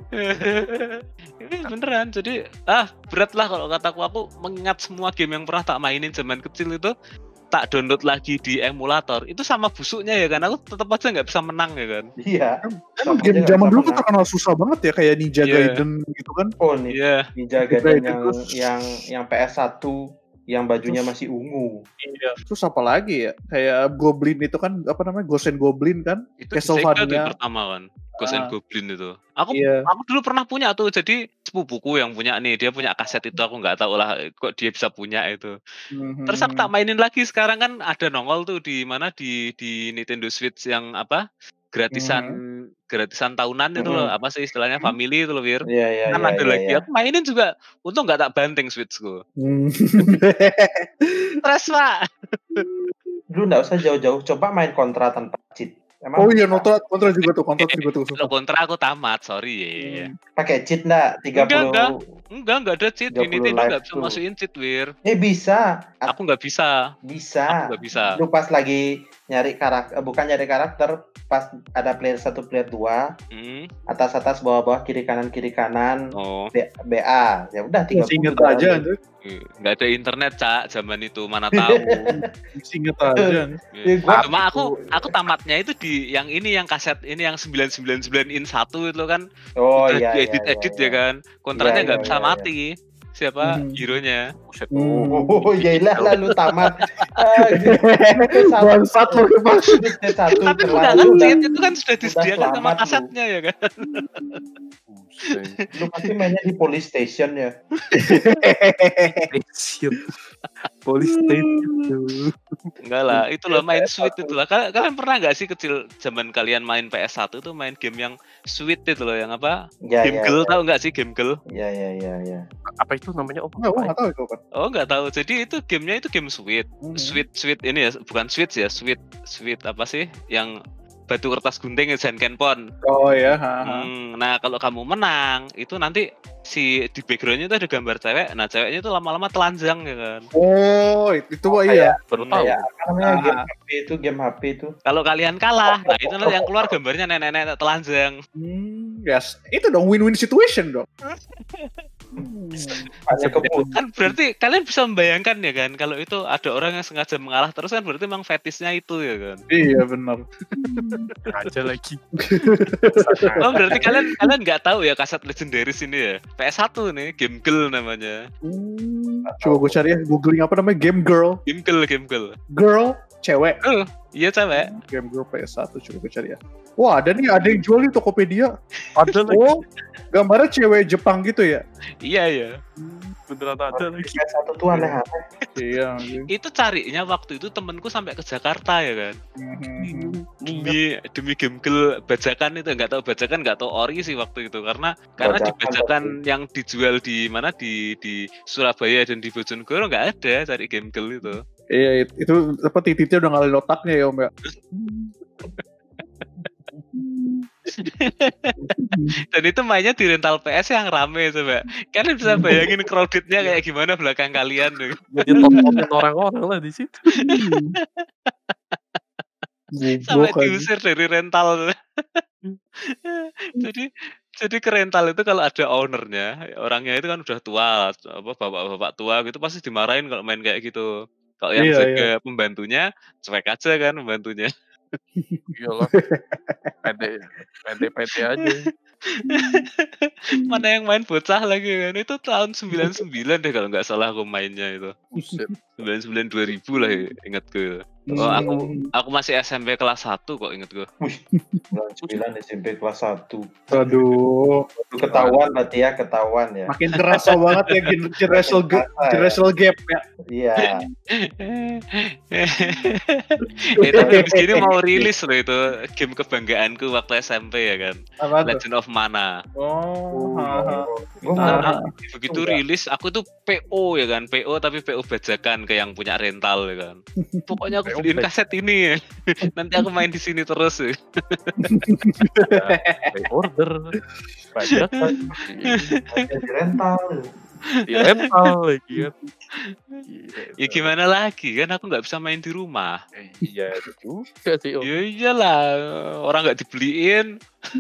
Ini beneran jadi ah berat lah kalau kataku, aku mengingat semua game yang pernah tak mainin zaman kecil itu tak download lagi di emulator itu sama busuknya ya kan, aku tetap aja nggak bisa menang ya kan. Iya. Emang Sama game aja zaman nggak dulu bisa kan terkenal susah banget ya, kayak Ninja Iya. Gaiden gitu kan. Oh nih, Iya. Ninja Ninja Gaiden Gaiden yang terus- yang yang P S satu yang bajunya Terus- masih ungu. Iya. Terus apa lagi ya? Kayak Goblin itu kan apa namanya? Ghost and Goblin kan? Itu di Sega tuh Castlevania. yang pertama kan, Ghost and Ah. Goblin itu. Aku Iya. aku dulu pernah punya tuh, jadi sepupuku yang punya nih, dia punya kaset itu, aku nggak tahu lah kok dia bisa punya itu. Terus aku tak mainin lagi, sekarang kan ada nongol tuh di mana di di Nintendo Switch yang apa? Gratisan gratisan tahunan itu loh, Mhm. apa sih istilahnya, family itu loh, Wir. Iya iya Kan iya. ada iya, lagi, iya. aku mainin juga. Untung nggak tak banting Switchku. Hmm. Stres, Pak. Dulu nggak usah jauh-jauh, coba main kontra tanpa cheat. Emang Oh iya, bisa? kontra kontra juga tuh, kontra juga tuh. Kalau kontra aku tamat, sorry ya. Pakai cheat nggak? tiga puluh Enggak, Enggak, enggak ada cheat. Di tiga puluh Nintendo live nggak bisa tuh. masukin cheat, Wir. Eh bisa. A- Aku nggak bisa. bisa. Aku nggak bisa. Lu pas lagi nyari karakter, bukan nyari karakter, pas ada player satu, player dua, Hmm. atas atas bawah bawah kiri kanan kiri kanan, Oh, B, BA. Ya udah tiga Masih inget aja anjir. nggak ada internet, Cak, zaman itu, mana tahu. Masih inget aja. Ya, gua- Cuma aku aku tamatnya itu di yang ini, yang kaset ini yang sembilan sembilan sembilan in satu itu kan. Oh Udah iya iya. diedit-edit iya, ya kan. Kontranya Iya, nggak iya, bisa iya, iya. mati. Siapa Hmm. hero-nya? Buset, Hmm. Oh iya lah lalu tamat. Ah, gitu. Bangsat lu emang. Itu satu Tapi aku terlalu nggak udah. ngerti, itu kan sudah disediakan sama selamat lu. kasetnya ya kan. buset. Lu pasti mainnya di police station ya. Station. Police station. Enggak lah, itu loh main sweet itu lah. Kalian, kalian pernah nggak sih kecil zaman kalian main P S satu tuh main game yang sweet itu loh, yang apa? Ya Game ya. Girl, tahu nggak sih Game Girl? Ya ya ya ya. Apa itu namanya? Oh, Enggak, gua enggak tahu itu kan. Oh nggak tahu. Jadi itu gamenya itu game sweet, Hmm. sweet sweet ini ya, bukan sweet ya, sweet sweet apa sih? Yang batu kertas gunting Zenkenpon. Oh ya, ha. Hmm, nah kalau kamu menang itu nanti si di backgroundnya itu ada gambar cewek. Nah ceweknya itu lama-lama telanjang ya kan. Oh, itu mah iya. baru Hmm. tahu. Ya, apa namanya Ah. game H P itu game H P itu. Kalau kalian kalah, nah itu nanti yang keluar gambarnya nenek-nenek telanjang. Hmm, yes. Itu dong win-win situation dong. Hanya kebun. Kan berarti kalian bisa membayangkan ya kan, kalau itu ada orang yang sengaja mengalah terus kan berarti memang fetishnya itu ya kan. Iya benar. Aja lagi. Oh berarti kalian kalian nggak tahu ya kaset legendaris ini ya. P S satu nih, Game Girl namanya. Hmm, coba gue cari ya, googling apa namanya, Game Girl. Game Girl, Game Girl. Girl Cewek. Oh, iya cewek. Game Girl P S satu coba gue cari ya. Wah ada nih, ada yang jual di Tokopedia. Ada lagi. Oh, gambarnya cewek Jepang gitu ya? Iya iya. Beneran ada lagi. P S satu tuh aneh-aneh. Iya. Itu carinya waktu itu temenku sampai ke Jakarta ya kan. Demi demi game girl bajakan itu, nggak tahu bajakan nggak tahu ori sih waktu itu karena karena di bajakan yang dijual di mana di di Surabaya dan di Bojonegoro nggak ada cari game girl itu. Iya itu apa titiknya udah ngalahin otaknya ya om ya. Dan itu mainnya di rental P S yang rame coba. Kalian bisa bayangin crowdednya kayak gimana belakang kalian tuh. Jadi tontonin orang-orang lah di situ. Sampai diusir dari rental. Jadi jadi ke rental itu kalau ada ownernya, orangnya itu kan udah tua, apa bapak-bapak tua gitu pasti dimarahin kalau main kayak gitu. Kalau yang iya, jaga iya. pembantunya, cuek aja kan pembantunya. Iyalah. Pede, pede-pede aja. Mana yang main bocah lagi kan. Itu tahun sembilan puluh sembilan deh kalau nggak salah aku mainnya itu. Buset. sembilan puluh sembilan dua ribu lah ingat gue. Oh, aku aku masih S M P kelas satu kok inget gue. sembilan puluh sembilan S M P kelas satu. Aduh. Ketahuan berarti ya, ketahuan ya. Makin kerasa banget ya generation gap, generation gap ya. Iya. Eh tapi habis ini mau rilis loh itu game kebanggaanku waktu S M P ya kan. Apa tuh? Legend of Mana. Oh. Gue Nah, mau begitu rilis aku tuh P O ya kan, P O tapi P O bajakan ke yang punya rental ya kan. Pokoknya aku beliin kaset ini ya. Nanti aku main di sini terus ya. Order. Banyak kan. jadi rental. Di rental lagi kan. Ya gimana lagi kan aku nggak bisa main di rumah. Iya juga sih. Om. Ya iyalah orang nggak dibeliin.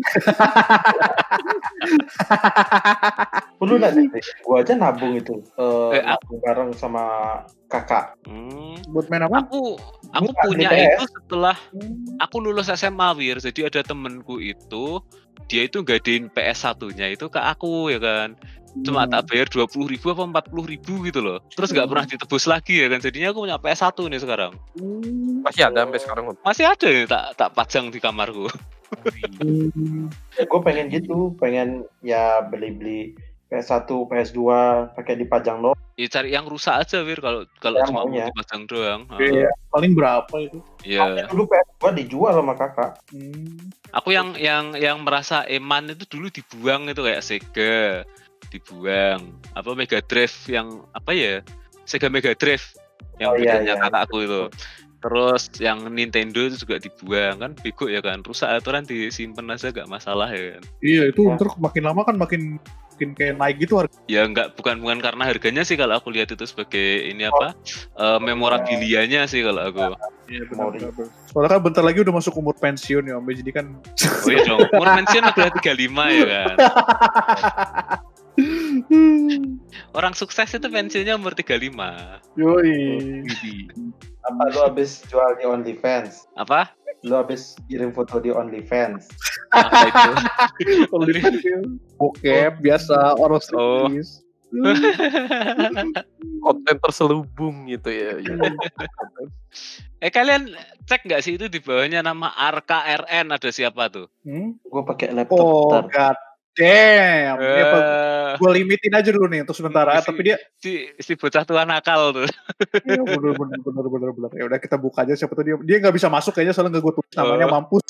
Lu nanti, gua aja nabung itu. Uh, Eh, nabung bareng sama kakak. Hmm. Buat main apa? Aku aku Bukan, punya di P S. itu setelah aku lulus S M A Wir. Jadi ada temenku itu dia itu ngadain P S satunya itu ke aku ya kan. Cuma tak bayar dua puluh ribu apa empat puluh ribu gitu loh. Terus nggak pernah ditebus lagi ya kan. Jadinya aku punya P S satu nih sekarang. Masih ada sampai sekarang. Om. Masih ada ya tak tak pajang di kamarku. Ya, gue pengen gitu, pengen ya beli-beli P S satu, P S dua pakai dipajang doang. Ya cari yang rusak aja Wir kalau kalau Ya, cuma mau maunya. dipajang doang. Iya. Paling berapa itu? Iya. Dulu P S dua dijual sama kakak. Hmm. Aku yang yang yang merasa eman itu dulu dibuang itu kayak Sega dibuang, apa Mega Drive yang apa ya Sega Mega Drive yang Oh, iya, punyanya iya. kakakku itu. Terus yang Nintendo itu juga dibuang kan bego ya kan, rusak aturan disimpan aja gak masalah ya kan. Iya itu Ya. ntar makin lama kan makin makin kayak naik gitu harga. Ya enggak bukan bukan karena harganya sih kalau aku lihat itu sebagai ini apa eh, memorabilianya sih kalau aku. Iya Mau benar. Soalnya kan bentar lagi udah masuk umur pensiun ya om, jadi kan. Oh iya dong, umur pensiun udah tiga puluh lima ya kan. Orang sukses itu pensiunnya umur tiga puluh lima. Yoi. Apa lu habis jual di OnlyFans? Apa? Lu habis kirim foto di OnlyFans? Apa itu? Bokep biasa orang Oh. striptease. Konten terselubung gitu ya. Ya. Eh kalian cek nggak sih itu di bawahnya nama R K R N ada siapa tuh? Hmm? Gue pakai laptop. Oh ntar. god damn. Ini apa? Eh, Gue limitin aja dulu nih untuk sementara. si- Tapi dia si si bocah tua nakal tuh. ya, bener bener bener bener bener. Ya udah kita buka aja siapa tuh dia. Dia nggak bisa masuk kayaknya soalnya nggak gue tulis namanya Oh. mampus.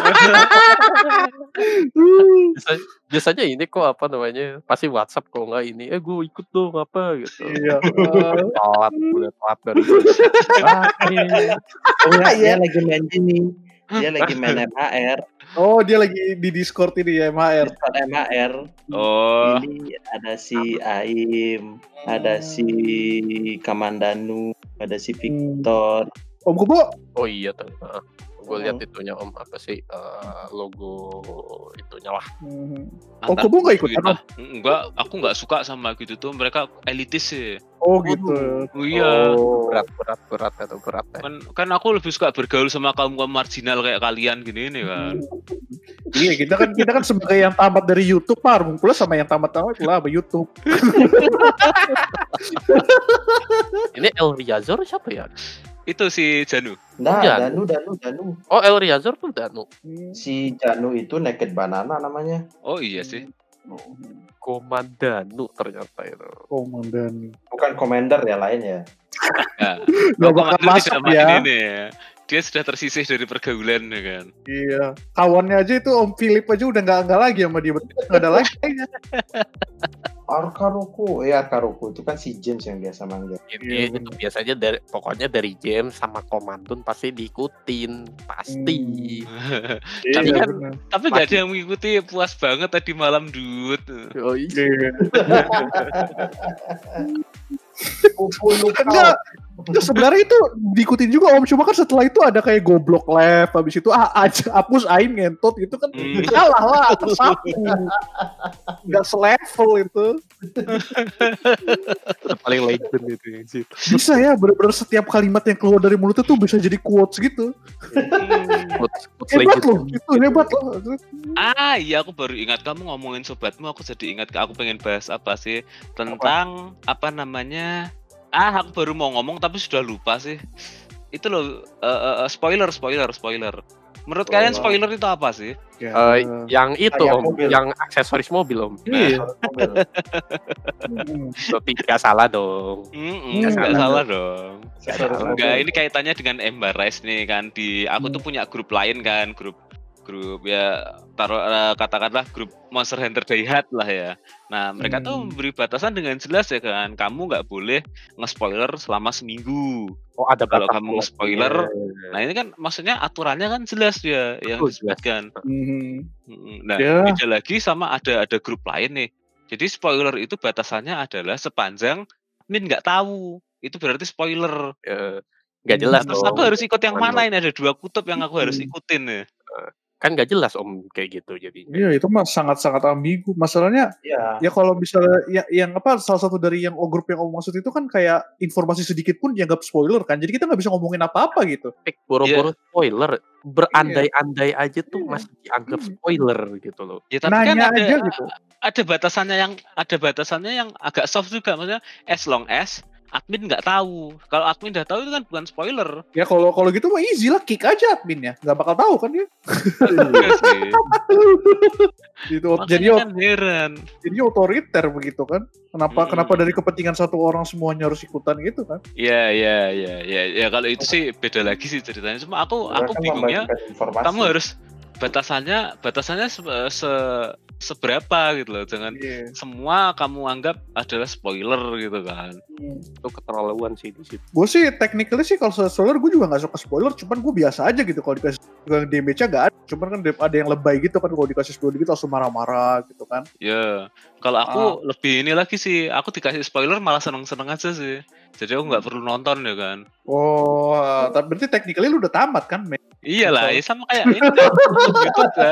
Biasanya, biasanya ini kok apa namanya? Pasti WhatsApp kok nggak ini. Eh gue ikut dong apa gitu. Iya. Telat, udah telat dari dulu. Ah, ini. Oh, enggak, Iya. dia lagi main ini. Dia lagi main M H R. Oh dia lagi di Discord ini ya M H R. Discord M H R. Oh, Ini ada si Aim, ada si Kamandanu, ada si Victor. Om Kubo. Oh iya tuh. Gue lihat itunya om apa sih eh, logo itunya lah. Hmm. mantan Oh, Kubo nggak ikut, kita. Enggak, aku nggak suka sama gitu tuh. Mereka elitis sih. Oh gitu. Oh, iya. Oh. Berat berat berat atau berat ya. Kan, kan aku lebih suka bergaul sama kaum kaum marginal kayak kalian gini nih kan. Iya kita kan kita kan sebagai yang tamat dari YouTube par ngumpulnya sama yang tamat-tamat lah sama YouTube. Ini El Riazor siapa ya? itu si Janu. Nah, Janu. Danu, Danu, Danu. Oh, Elriazar tuh Danu. Si Janu itu Naked Banana namanya. Oh iya sih. Komandanu ternyata itu. Komandan. Bukan Commander ya, lain ya. Ya. Gak Oh, bakal Komandan masuk tidak main ya. ini ya. Dia sudah tersisih dari pergaulan ya kan. Iya. Kawannya aja itu Om Philip aja udah nggak nggak lagi sama dia. Nggak ada lagi. Arkaruku, ya Arkaruku itu kan si James yang biasa manggil. Dia itu biasanya dari pokoknya dari James sama Komandun pasti diikutin, pasti. Hmm. Tapi Iya, kan bener. tapi nggak ada yang mengikuti, puas banget tadi malam dude. Oh iya. Iya. Pupulu Enggak. Enggak, sebenarnya itu diikutin juga Om, cuma kan setelah itu ada kayak goblok lab, habis itu ah, aja hapus aing ngentot itu kan Hmm. salah lah, tersapu. Enggak selevel itu. Paling legend itu yang situ. Bisa ya, bener-bener setiap kalimat yang keluar dari mulutnya tuh bisa jadi quotes gitu. Quotes- quotes Hebat legend. loh, itu hebat loh. Ah iya, aku baru ingat kamu ngomongin sobatmu, aku jadi ingat aku pengen bahas apa sih tentang apa, namanya? Ah, aku baru mau ngomong tapi sudah lupa sih. Itu loh, eh, eh, spoiler, spoiler, spoiler. Menurut kalian spoiler itu apa sih? Ya. Eh, yang itu Kayak Om, mobil. yang aksesoris mobil Om. Iya. Hmm. Itu tidak salah dong. Hmm, Hmm. nggak salah dong. Aksesoris Enggak, mobil. ini kaitannya dengan Embarrass nih kan. Di aku tuh punya grup lain kan, grup grup ya taruh eh, katakanlah grup Monster Hunter Die Hard lah ya. Nah, mereka tuh Hmm. memberi batasan dengan jelas ya kan. Kamu nggak boleh nge-spoiler selama seminggu. Oh, ada Kalau batas kamu waktu. nge-spoiler, Iya. nah ini kan maksudnya aturannya kan jelas dia yang Betul, jelas. disebutkan. Mhm. Mm, Nah, Ya. beda lagi sama ada ada grup lain nih. Jadi spoiler itu batasannya adalah sepanjang admin nggak tahu. Itu berarti spoiler. Eh, nggak jelas Nah, terus dong. aku harus ikut yang Mana- mana ini? Ada dua kutub yang aku harus Hmm. ikutin nih. Kan nggak jelas Om kayak gitu jadinya. Iya, itu mah sangat-sangat ambigu. Masalahnya Ya. ya kalau misalnya ya, yang apa salah satu dari yang oh, grup yang Om maksud itu kan kayak informasi sedikit pun dianggap spoiler kan. Jadi kita nggak bisa ngomongin apa-apa gitu. Fake boro-boro spoiler, berandai-andai aja tuh Iya. masih dianggap Iya. spoiler gitu loh. Ya tapi kan Nanya ada aja gitu. ada batasannya yang ada batasannya yang agak soft juga, maksudnya as long as admin nggak tahu. Kalau admin udah tahu itu kan bukan spoiler. Ya kalau kalau gitu mah easy lah, kick aja adminnya. Nggak bakal tahu kan dia. Iya sih. Gitu. Makanya Jadi kan heran. jadi otoriter begitu kan. Kenapa Mm-mm. kenapa dari kepentingan satu orang semuanya harus ikutan gitu kan? Iya iya iya iya ya, kalau itu sih beda lagi sih ceritanya. Cuma aku Mereka aku kan bingungnya membagikan informasi. kamu harus batasannya batasannya se, se- seberapa gitu loh. Jangan Iya. semua kamu anggap adalah spoiler gitu kan. Itu keterlaluan sih di situ. Gue sih technically sih kalau soal spoiler gue juga nggak suka spoiler, cuman gue biasa aja gitu kalau dikasih damage-nya nggak ada. Cuman kan ada yang lebay gitu kan kalau dikasih spoiler gitu langsung marah-marah gitu kan. Ya, kalau aku lebih ini lagi sih, aku dikasih spoiler malah seneng-seneng aja sih. Jadi aku nggak perlu nonton ya kan. Oh, tapi berarti technically lu udah tamat kan, men? Iyalah, ya sama kayak ini kan, gitu kan.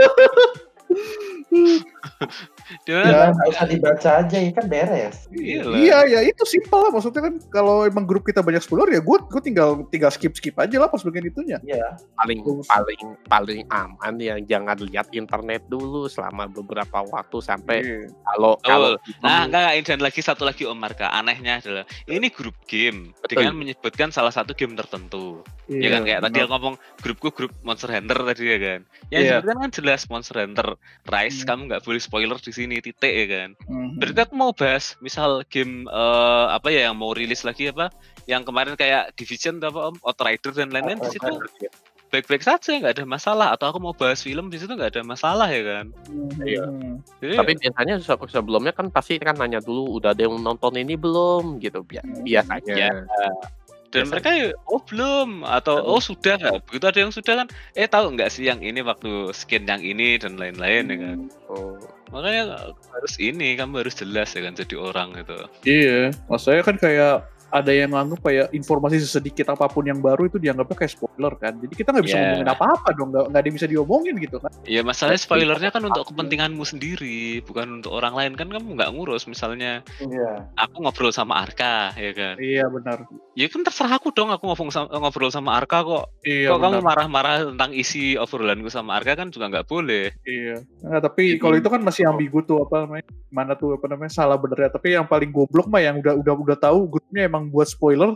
Dimana? Ya. Nggak usah dibaca aja ya kan beres. Iyalah. Iya, ya itu simpel lah. Maksudnya kan kalau emang grup kita banyak spoiler ya gue gue tinggal tinggal skip skip aja lah pas bagian itunya. Iya. Paling Terus. paling paling aman ya jangan lihat internet dulu selama beberapa waktu sampai Iya. kalau kalau Nah, enggak, enggak, dan lagi satu lagi Om Marka, anehnya adalah ini grup game Betul. dengan menyebutkan salah satu game tertentu. Ya kan kayak tadi benar. aku ngomong grupku grup Monster Hunter tadi ya kan. Yang Iya. disebutkan kan jelas Monster Hunter Rise, Hmm. kamu nggak boleh spoiler di sini titik ya kan. Mhm. Berarti aku mau bahas misal game eh, apa ya yang mau rilis lagi apa yang kemarin kayak Division atau apa Om, Outrider dan lain-lain di situ baik-baik saja, nggak ada masalah. Atau aku mau bahas film di situ nggak ada masalah ya kan. Iya. Mhm. Jadi, tapi biasanya se- sebelumnya kan pasti kan nanya dulu udah ada yang nonton ini belum gitu bi- biasanya. Ya. dan biasanya. mereka ya, oh belum atau oh sudah nggak, begitu ada yang sudah kan, eh tahu nggak sih yang ini waktu skin yang ini dan lain-lain ya kan. Oh. Makanya harus ini, kamu harus jelas ya kan jadi orang gitu. Iya, maksudnya kan kayak ada yang nganggep kayak informasi sedikit apapun yang baru itu dianggapnya kayak spoiler kan. Jadi kita nggak bisa Yeah. ngomongin apa-apa dong, nggak nggak ada yang bisa diomongin gitu kan. Ya masalahnya spoilernya kan untuk kepentinganmu sendiri, bukan untuk orang lain kan. Kamu nggak ngurus, misalnya Iya. aku ngobrol sama Arka ya kan. Iya benar. Ya kan terserah aku dong, aku ngomong sama, ngobrol sama Arka kok. Iya Kok kamu benar. marah-marah tentang isi obrolanku sama Arka kan juga nggak boleh. Iya. Nah, tapi Jadi- kalau itu kan masih ambigu tuh apa namanya? Mana tuh apa namanya? Salah benernya. Tapi yang paling goblok mah yang udah udah udah tahu grupnya emang buat spoiler,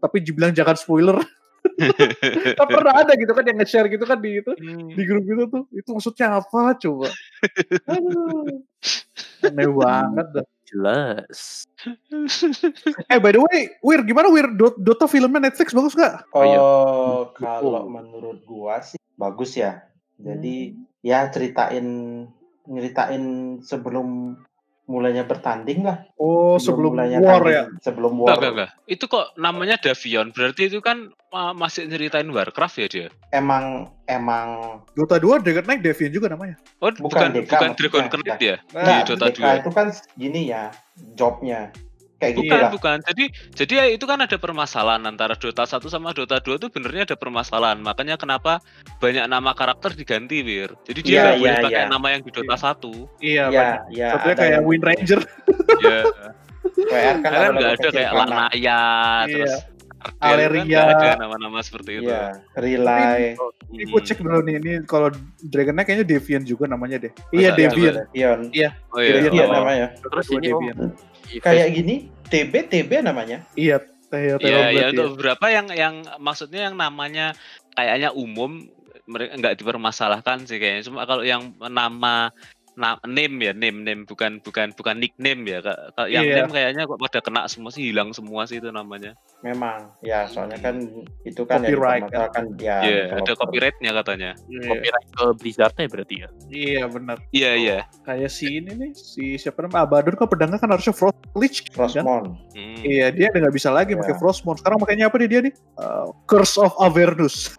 tapi dibilang jangan spoiler. Kan pernah ada gitu kan yang nge-share gitu kan di itu hmm. di grup itu tuh. Itu maksudnya apa coba? Aduh. Aneh banget dah. Jelas. Eh by the way, Wir gimana Wir? Dota filmnya Netflix bagus gak? Oh, oh kalau menurut gua sih bagus ya. Jadi hmm. ya ceritain nyeritain sebelum mulainya bertanding lah. Oh, sebelum, sebelum war tanding, ya? Sebelum war. Enggak, enggak. Itu kok namanya Davion. Berarti itu kan uh, masih nyeritain Warcraft ya dia? Emang, emang. Dota dua Dragon Knight Davion juga namanya? Oh, bukan, bukan, Deka, bukan Dragon Knight ya? Nah, di Dota Deka dua. Itu kan gini ya, jobnya. Kayak bukan, gitu lah. bukan. Jadi, jadi ya itu kan ada permasalahan antara Dota satu sama Dota dua itu benernya ada permasalahan. Makanya kenapa banyak nama karakter diganti, Wir. Jadi dia nggak yeah, boleh yeah, pakai yeah. nama yang di Dota satu. Iya, iya. Yeah, Satunya kayak Wind Ranger. Iya. W R kan nggak ada kayak Lanaya, terus Aleria, kan ada nama-nama seperti itu. Iya, Relay. Ini gue cek dulu nih, ini kalau Dragon Knight kayaknya Deviant juga namanya deh. Iya, Deviant. Iya. Oh iya. Deviant namanya. Terus ini kayak gini, T B T B namanya. Iya, Iya, ya untuk beberapa yang yang maksudnya yang namanya kayaknya umum mereka nggak dipermasalahkan sih kayaknya. Cuma kalau yang nama Nah, name ya, name name bukan bukan bukan nickname ya. Kalau yang yeah. name kayaknya kok pada kena semua sih, hilang semua sih itu namanya. Memang, ya soalnya kan itu kan copyright yang kan dia. Iya, yeah, ada copyrightnya katanya. Yeah. Copyright ke Blizzard-nya berarti ya. Iya, benar. Iya, yeah, iya. Yeah. Kayak si ini nih, si siapa namanya Abaddon kan pedangnya kan harusnya Frost Lich Frostmourne. Kan? Hmm. Iya, dia udah nggak bisa lagi yeah. pakai Frostmourne. Sekarang makanya apa nih dia nih? Uh, Curse of Avernus.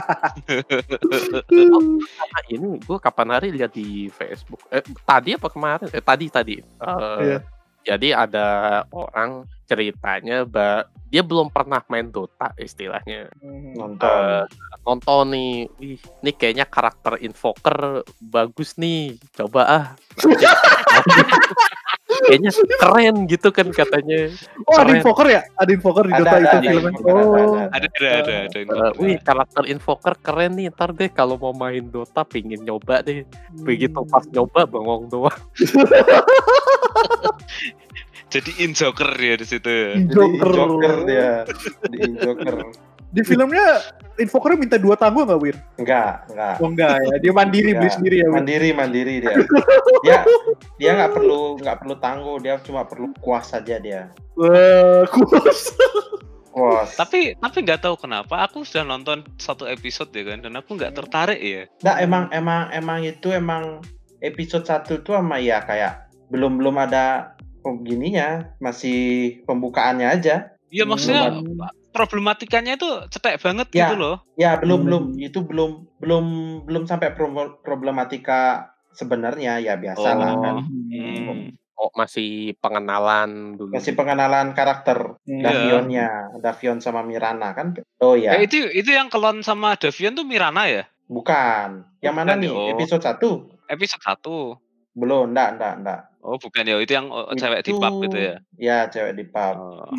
Oh, karena ini gue kapan hari lihat di Facebook. Eh, tadi apa kemarin? Eh, tadi tadi. Uh, yeah. Jadi ada orang ceritanya, bah, dia belum pernah main Dota istilahnya. Nonton. Uh, nonton nih, wih, ini kayaknya karakter Invoker bagus nih. Coba ah. Kayaknya keren gitu kan katanya. Oh, ada Invoker ya? Ada Invoker di Dota itu filmnya. Oh, ada ada ada. ada uh, wih, karakter Invoker keren nih. Ntar deh kalau mau main Dota pingin nyoba deh. Begitu pas nyoba bengong doang. Jadi Injoker dia di situ. Injoker, Injoker dia. Di Injoker. Di filmnya Invokernya minta dua tangguh nggak, Wir? Enggak, enggak. Oh enggak ya, dia mandiri beli sendiri ya, Wir? Mandiri, mandiri dia. Dia dia nggak perlu nggak perlu tangguh, dia cuma perlu kuas saja dia. Wah, kuas. Kuas. Tapi tapi nggak tahu kenapa aku sudah nonton satu episode ya kan, dan aku nggak tertarik ya. Nggak, emang emang emang itu emang episode satu tuh sama ya kayak belum belum ada begininya, masih pembukaannya aja. Iya, maksudnya hmm. problematikanya itu cetek banget ya, gitu loh. Ya, belum hmm. belum itu belum belum belum sampai pro- problematika sebenarnya, ya biasalah oh. kan. Hmm. Oh, masih pengenalan dulu. Masih pengenalan karakter hmm. Davionnya, Davion sama Mirana kan. Oh ya. Eh, itu itu yang kelon sama Davion tuh Mirana ya? Bukan. Yang Bukan, mana nih? oh. Episode satu? Episode satu. Belum, enggak, enggak, enggak. Oh, bukan ya, itu yang oh, itu, cewek di pub gitu ya? Ya, cewek di pub. Oh.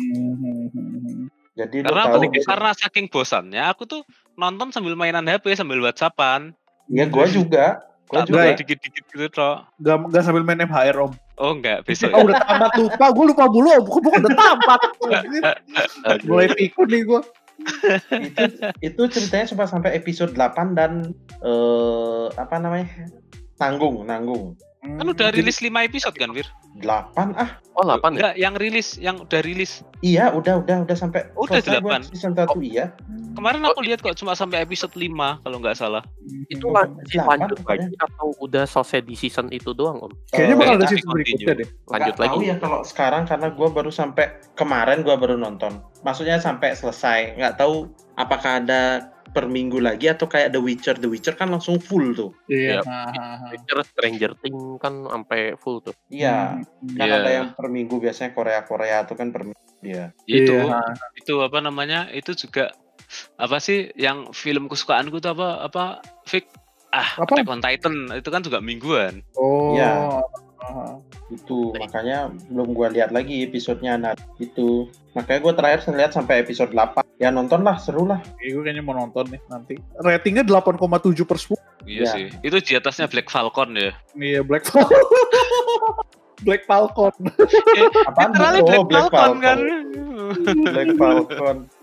Jadi karena tahu, aku, karena saking bosannya, aku tuh nonton sambil mainan H P, sambil WhatsAppan. Ya, gua juga. Gua tak juga ya. Dikit-dikit gitu, Tro. Gak, gak sambil main M H R, Om. Oh, enggak, besok. Oh, udah tamat lupa, gua lupa mulu, Om. Gua udah tamat. Mulai pikun nih gua. itu itu ceritanya cuma sampai episode delapan dan uh, apa namanya? Nanggung, nanggung. Kan udah rilis lima episode kan, Wir? delapan ah. Oh, delapan ya? Enggak, yang rilis, yang udah rilis. Iya, udah udah udah sampai oh, udah delapan. Season satu oh. Iya. Kemarin aku oh, lihat kok cuma sampai episode lima kalau nggak salah. Itu lanjut lanjut lagi atau udah selesai di season itu doang, Om? Kayaknya bakal uh, ada season berikutnya deh. Lanjut Gak lagi. Tahu ya kalau sekarang karena gue baru sampai kemarin gue baru nonton. Maksudnya sampai selesai. Nggak tahu apakah ada per minggu lagi atau kayak The Witcher. The Witcher kan langsung full tuh. Iya. Yeah. Witcher, Stranger Things kan sampai full tuh. Iya. Hmm. Kan yeah. ada yang per minggu, biasanya Korea-Korea tuh kan per minggu dia. Itu yeah. itu apa namanya? Itu juga apa sih yang film kesukaanku tuh apa apa Fik ah apa? Attack on Titan itu kan juga mingguan. Oh. Iya. Uh, itu makanya belum gua lihat lagi episodenya. Nah itu makanya gua terakhir lihat sampai episode delapan. Ya nonton lah, seru lah. Eh, gue kayaknya mau nonton nih nanti. Ratingnya delapan koma tujuh per sepuluh. Iya ya. Sih. Itu di atasnya Black Falcon ya. Iya, Black Falcon. Black Falcon. Apaan? Oh, Black, Black Falcon, Falcon kan. Black Falcon.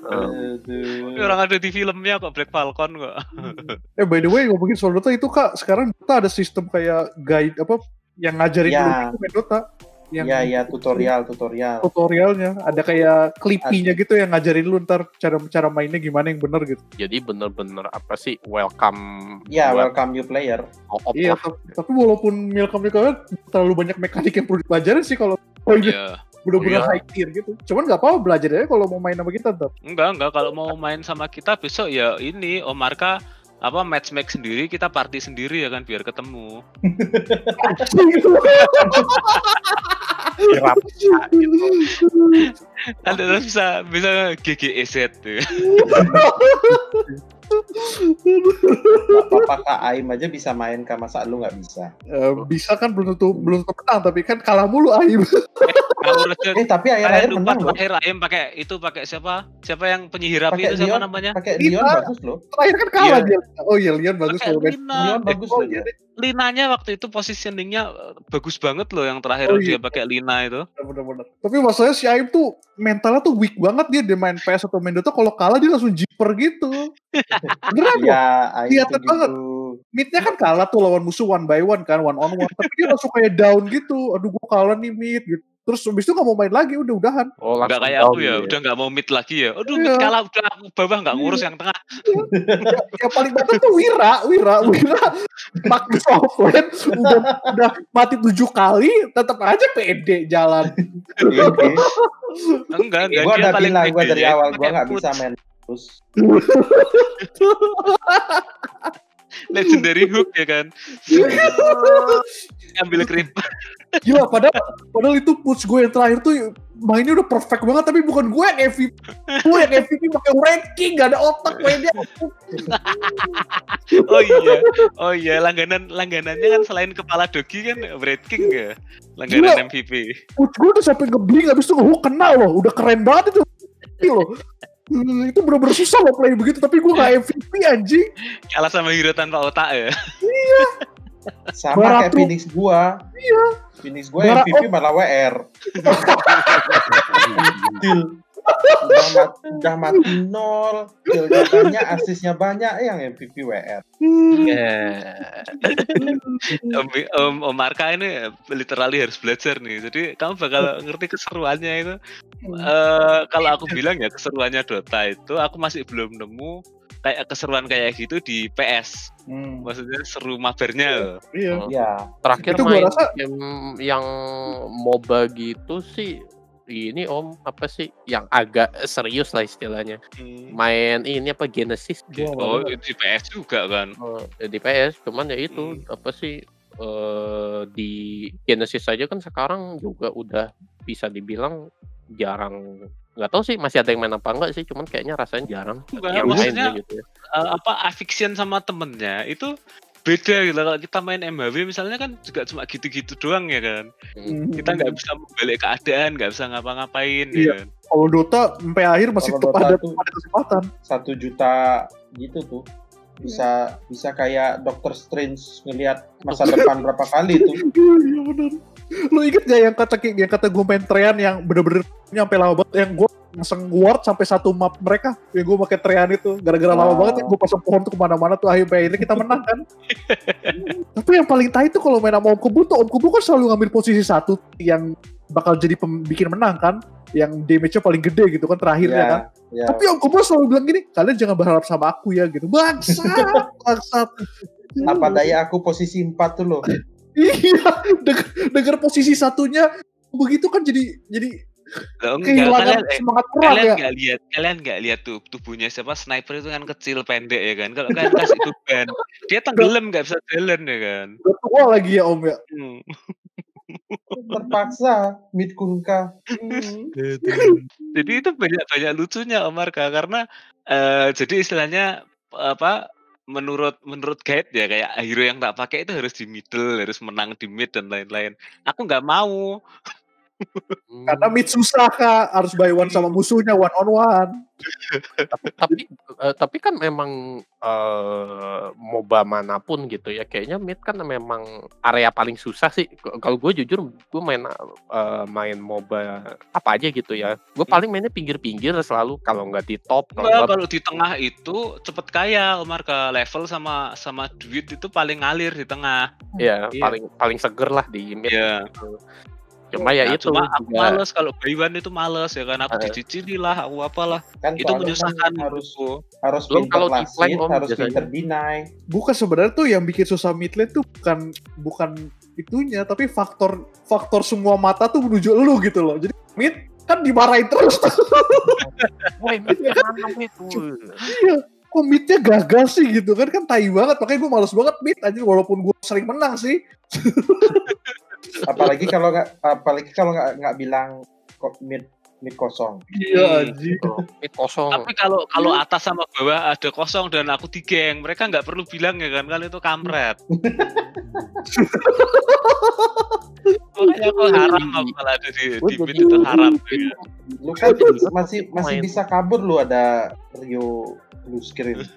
Aduh. Orang ada di filmnya kok, Black Falcon kok. Eh by the way ngomongin soal Dota itu Kak, sekarang Dota ada sistem kayak guide apa yang ngajarin Ya. lu gitu main Dota. Yang Iya, iya, tutorial, tutorial. tutorialnya ada kayak clippy-nya gitu yang ngajarin lu ntar cara cara mainnya gimana yang bener gitu. Jadi bener-bener apa sih welcome Ya, buat welcome new player. co-op Iya, lah. tapi, tapi walaupun Milkom kalian terlalu banyak mekanik yang perlu dipelajarin sih kalau poinnya Iya. bener-bener Iya. high tier gitu. Cuman nggak apa-apa belajar aja kalau mau main sama kita ntar. Enggak, enggak. Kalau mau main sama kita besok ya ini Om Marka apa match make sendiri, kita party sendiri ya kan biar ketemu. Kirap, gitu. Nanti terus bisa bisa G G E Z tuh. Apa Kak Aim aja bisa main, Kak, masa lu nggak bisa? Eh, bisa kan belum tentu belum tentu menang tapi kan kalah mulu Aim. Kalau Roger, Eh, tapi saya akhir-akhir lupa menang loh. terakhir Aim pakai itu pakai siapa? Siapa yang penyihir api Pakai itu siapa Leon, namanya? pakai Iya. Leon bagus loh. Terakhir kan kalah Iya. dia. Oh iya Leon bagus Pakai kalau main. Lina. Leon bagus Oh loh iya dia. deh, Linanya waktu itu positioningnya eh, bagus banget loh yang terakhir Oh, dia iya. pakai Lina itu. bener-bener. Tapi masalahnya si Aim tuh mentalnya tuh weak banget dia dia main P S atau main Dota kalau kalah dia langsung jiper gitu. Beneran loh. Iya, Aim Kelihatan tuh banget. gitu. Midnya kan kalah tuh lawan musuh one by one kan, one on one. Tapi dia langsung kayak down gitu. Aduh gua kalah nih mid gitu. Terus habis itu gak mau main lagi, udah udahan. Oh, Enggak langsung kayak down aku ya, dia. udah nggak mau mid lagi ya. Aduh, Iya. mid kalah udah aku bawah nggak ngurus yang tengah. Ya, yang paling banget tuh Wira, Wira, Wira. Magnus offline udah udah mati tujuh kali, tetap aja pede jalan. Enggak, enggak Gua dia udah paling bilang, gua pede dari ya, awal pakai gua nggak put. bisa main terus. Legendary hook ya kan. Ambil creep. Gila, padahal padahal itu push gue yang terakhir tuh mainnya udah perfect banget, tapi bukan gue yang M V P. Gue yang M V P pakai ranking, gak ada otak mainnya. Oh iya, oh iya langganan langganannya kan selain kepala dogi kan Red King ya, langganan Gila. M V P. Push gue tuh sampai ngebling, habis itu ngehook kena loh, udah keren banget itu. Ini loh. Hmm, itu bener-bener susah loh play begitu, tapi gue gak M V P anjing. Kalah sama hero tanpa otak ya. Sama kayak Barato. Phoenix gua. Iya. Phoenix gua M V P malah W R. Kill. Udah mati, udah mati nol. Killnya banyak, asisnya banyak, yang M V P W R. Om, om, Om Marka ini literally harus belajar nih. Jadi kamu bakal ngerti keseruannya itu. Eh kalau aku bilang ya keseruannya Dota itu aku masih belum nemu kayak keseruan kayak gitu di P S. Hmm, Maksudnya seru mabarnya loh. iya. Iya. Terakhir Itu gua main rasa- game yang MOBA gitu sih ini Om apa sih yang agak serius lah istilahnya. Hmm. Main ini apa Genesis Gua nggak Oh, tahu. itu di P S juga kan. eh, di P S cuman ya itu Hmm. apa sih eh, di Genesis saja kan sekarang juga udah bisa dibilang jarang, nggak tahu sih masih ada yang main apa enggak sih, cuman kayaknya rasanya jarang Enggak, yang main maksudnya gitu ya. Eh, apa Avixian sama temennya itu beda gitu. Kalau kita main M H W misalnya kan juga cuma gitu-gitu doang ya kan. Hmm. Kita nggak bisa membalik keadaan, nggak bisa ngapa-ngapain Iya. ya kan. Kalau Dota sampai akhir masih Kalau tetap Dota ada, tuh- ada kesempatan. Satu juta gitu tuh. Bisa bisa kayak Doctor Strange ngelihat masa depan berapa kali tuh. Iya benar. Lu inget gak yang kata yang kata gue main Trean yang bener-bener nyampe lama banget, yang gue pasang ward sampai satu map mereka, yang gue pakai Trean itu gara-gara lama Wow. banget yang gue pasang pohon tuh kemana-mana tuh, akhirnya akhirnya kita menang kan. Tapi yang paling tai itu kalau main sama Om Kubu tuh, Om Kubu kan selalu ngambil posisi satu yang bakal jadi pembikin menang kan, yang damage-nya paling gede gitu kan terakhirnya kan. Ya, ya. Tapi Om Kubu selalu bilang gini, kalian jangan berharap sama aku ya gitu. Bangsat, bangsat. Apa daya aku posisi empat tuh loh. Iya, denger, denger posisi satunya begitu kan jadi jadi Loh, enggak, kehilangan kalian eh, semangat perang kalian ya. nggak lihat kalian nggak lihat tuh tubuhnya siapa sniper itu kan kecil pendek ya kan. Kalau kalian kasih beban dia tenggelam nggak bisa jalan ya kan. Udah tua lagi ya Om ya. Hmm. Terpaksa mid kunka. Jadi itu banyak banyak lucunya Om Marka karena eh, jadi istilahnya apa menurut menurut guide ya kayak hero yang tak pakai itu harus di middle, harus menang di mid dan lain-lain. Aku nggak mau. Karena mid susah Kak, harus buy one sama musuhnya one on one. tapi tapi uh, tapi kan memang uh, MOBA manapun gitu ya, kayaknya mid kan memang area paling susah sih. Kalau gue jujur, gue main uh, main MOBA apa aja gitu ya, gue paling mainnya pinggir-pinggir selalu, kalau nggak di top. Kalau, kalau di tengah itu cepet kaya, Umar, ke level sama sama duit itu paling ngalir di tengah. Ya, iya. paling paling seger lah di mid. Iya. Cuma ya nah, itu cuma aku juga males kalau buy one itu males ya kan, aku uh, dicicili lah, aku apalah. Kan itu menyusahkan kan harus gitu. harus Belum pinter kalau di lasit, flank, Om, harus biasanya. pinter deny. Bukan, sebenarnya tuh yang bikin susah mid lane tuh bukan bukan itunya, tapi faktor faktor semua mata tuh menuju lu gitu loh. Jadi mid kan dimarahin terus. Woi, midnya mana itu? Iya, kok midnya gagal sih gitu kan, kan tai banget. Makanya gue males banget mid aja, walaupun gue sering menang sih. Apalagi kalau nggak apalagi kalau nggak nggak bilang kok mid mid kosong. Iya anjir. Mid kosong. Tapi kalau kalau atas sama bawah ada kosong dan aku digeng, mereka nggak perlu bilang ya kan, kan itu kampret. Makanya aku haram aku kalau ada di, di mid itu haram. Lu kan masih masih bisa kabur, lu ada Rio blue screen.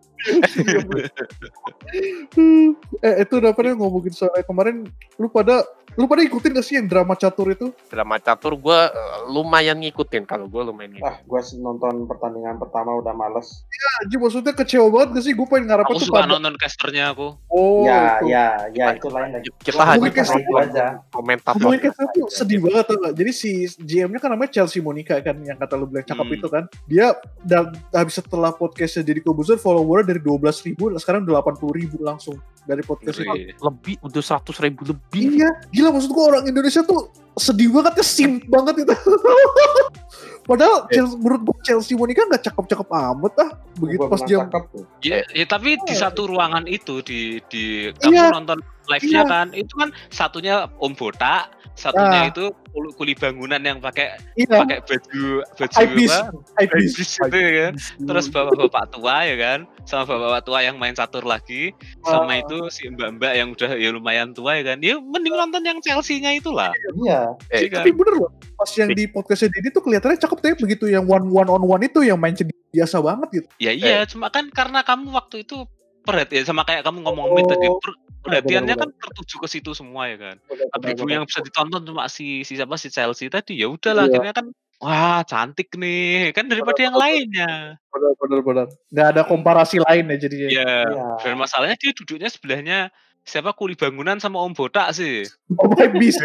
eh itu udah pernah ngomongin soal kemarin, lu pada lu pada ikutin gak sih yang drama catur itu? Drama catur gue uh, lumayan ngikutin, kalau gue lumayan ngikutin. Ah, gue nonton pertandingan pertama udah males. Ya, anjir, maksudnya kecewa banget gak sih? Gue pengen ngarepin Aku tuh suka pada... nonton casternya aku. Oh, ya, itu. ya, ya itu lain lagi. Kita hanya itu aja. Komentator. Ngomongin caster tuh sedih banget tuh gak? Jadi si G M-nya kan namanya Chelsea Monica kan, yang kata lu bilang cakep Hmm. itu kan. Dia dan habis setelah podcastnya jadi Kobuzer, followernya dari dua belas ribu sekarang delapan puluh ribu langsung dari podcast itu. Ngeri. Lebih, udah seratus ribu lebih. Iya, gila, maksud gue orang Indonesia tuh sedih banget ya, simp banget itu. Padahal Eh. Chelsea, menurut gue Chelsea Monica gak cakep-cakep amat ah. Begitu Gua pas bilang dia cakep tuh. Ya, ya, tapi di Oh. satu ruangan itu di di kamu Iya. nonton live-nya Iya. kan, itu kan satunya Om Botak, satunya Ah. itu kuli, kuli bangunan yang pakai iya, pakai baju baju high beast, apa? high High beast. beast itu ya kan. Terus bapak-bapak tua ya kan, sama bapak-bapak tua yang main catur lagi, sama Ah. itu si mbak-mbak yang udah ya lumayan tua ya kan. Ya mending nonton yang Chelsea-nya itulah. Iya. Eh, Iya kan? Tapi bener loh, pas yang di podcastnya Didi tuh kelihatannya cakep, tapi begitu yang one one on one itu yang main cedih biasa banget gitu. Ya iya, cuma kan karena kamu waktu itu perhatian sama kayak kamu ngomong Oh. mid tadi, per- perhatiannya benar-benar. kan tertuju ke situ semua ya kan. Bener-bener. Ibu yang bisa ditonton cuma si si siapa si Chelsea tadi, ya udahlah Iya. akhirnya kan wah cantik nih kan daripada yang lainnya. Bener-bener bener. Nggak ada komparasi lain ya jadinya. Iya. Iya. Dan masalahnya dia duduknya sebelahnya siapa kuli bangunan sama Om Botak sih. Oh my beast.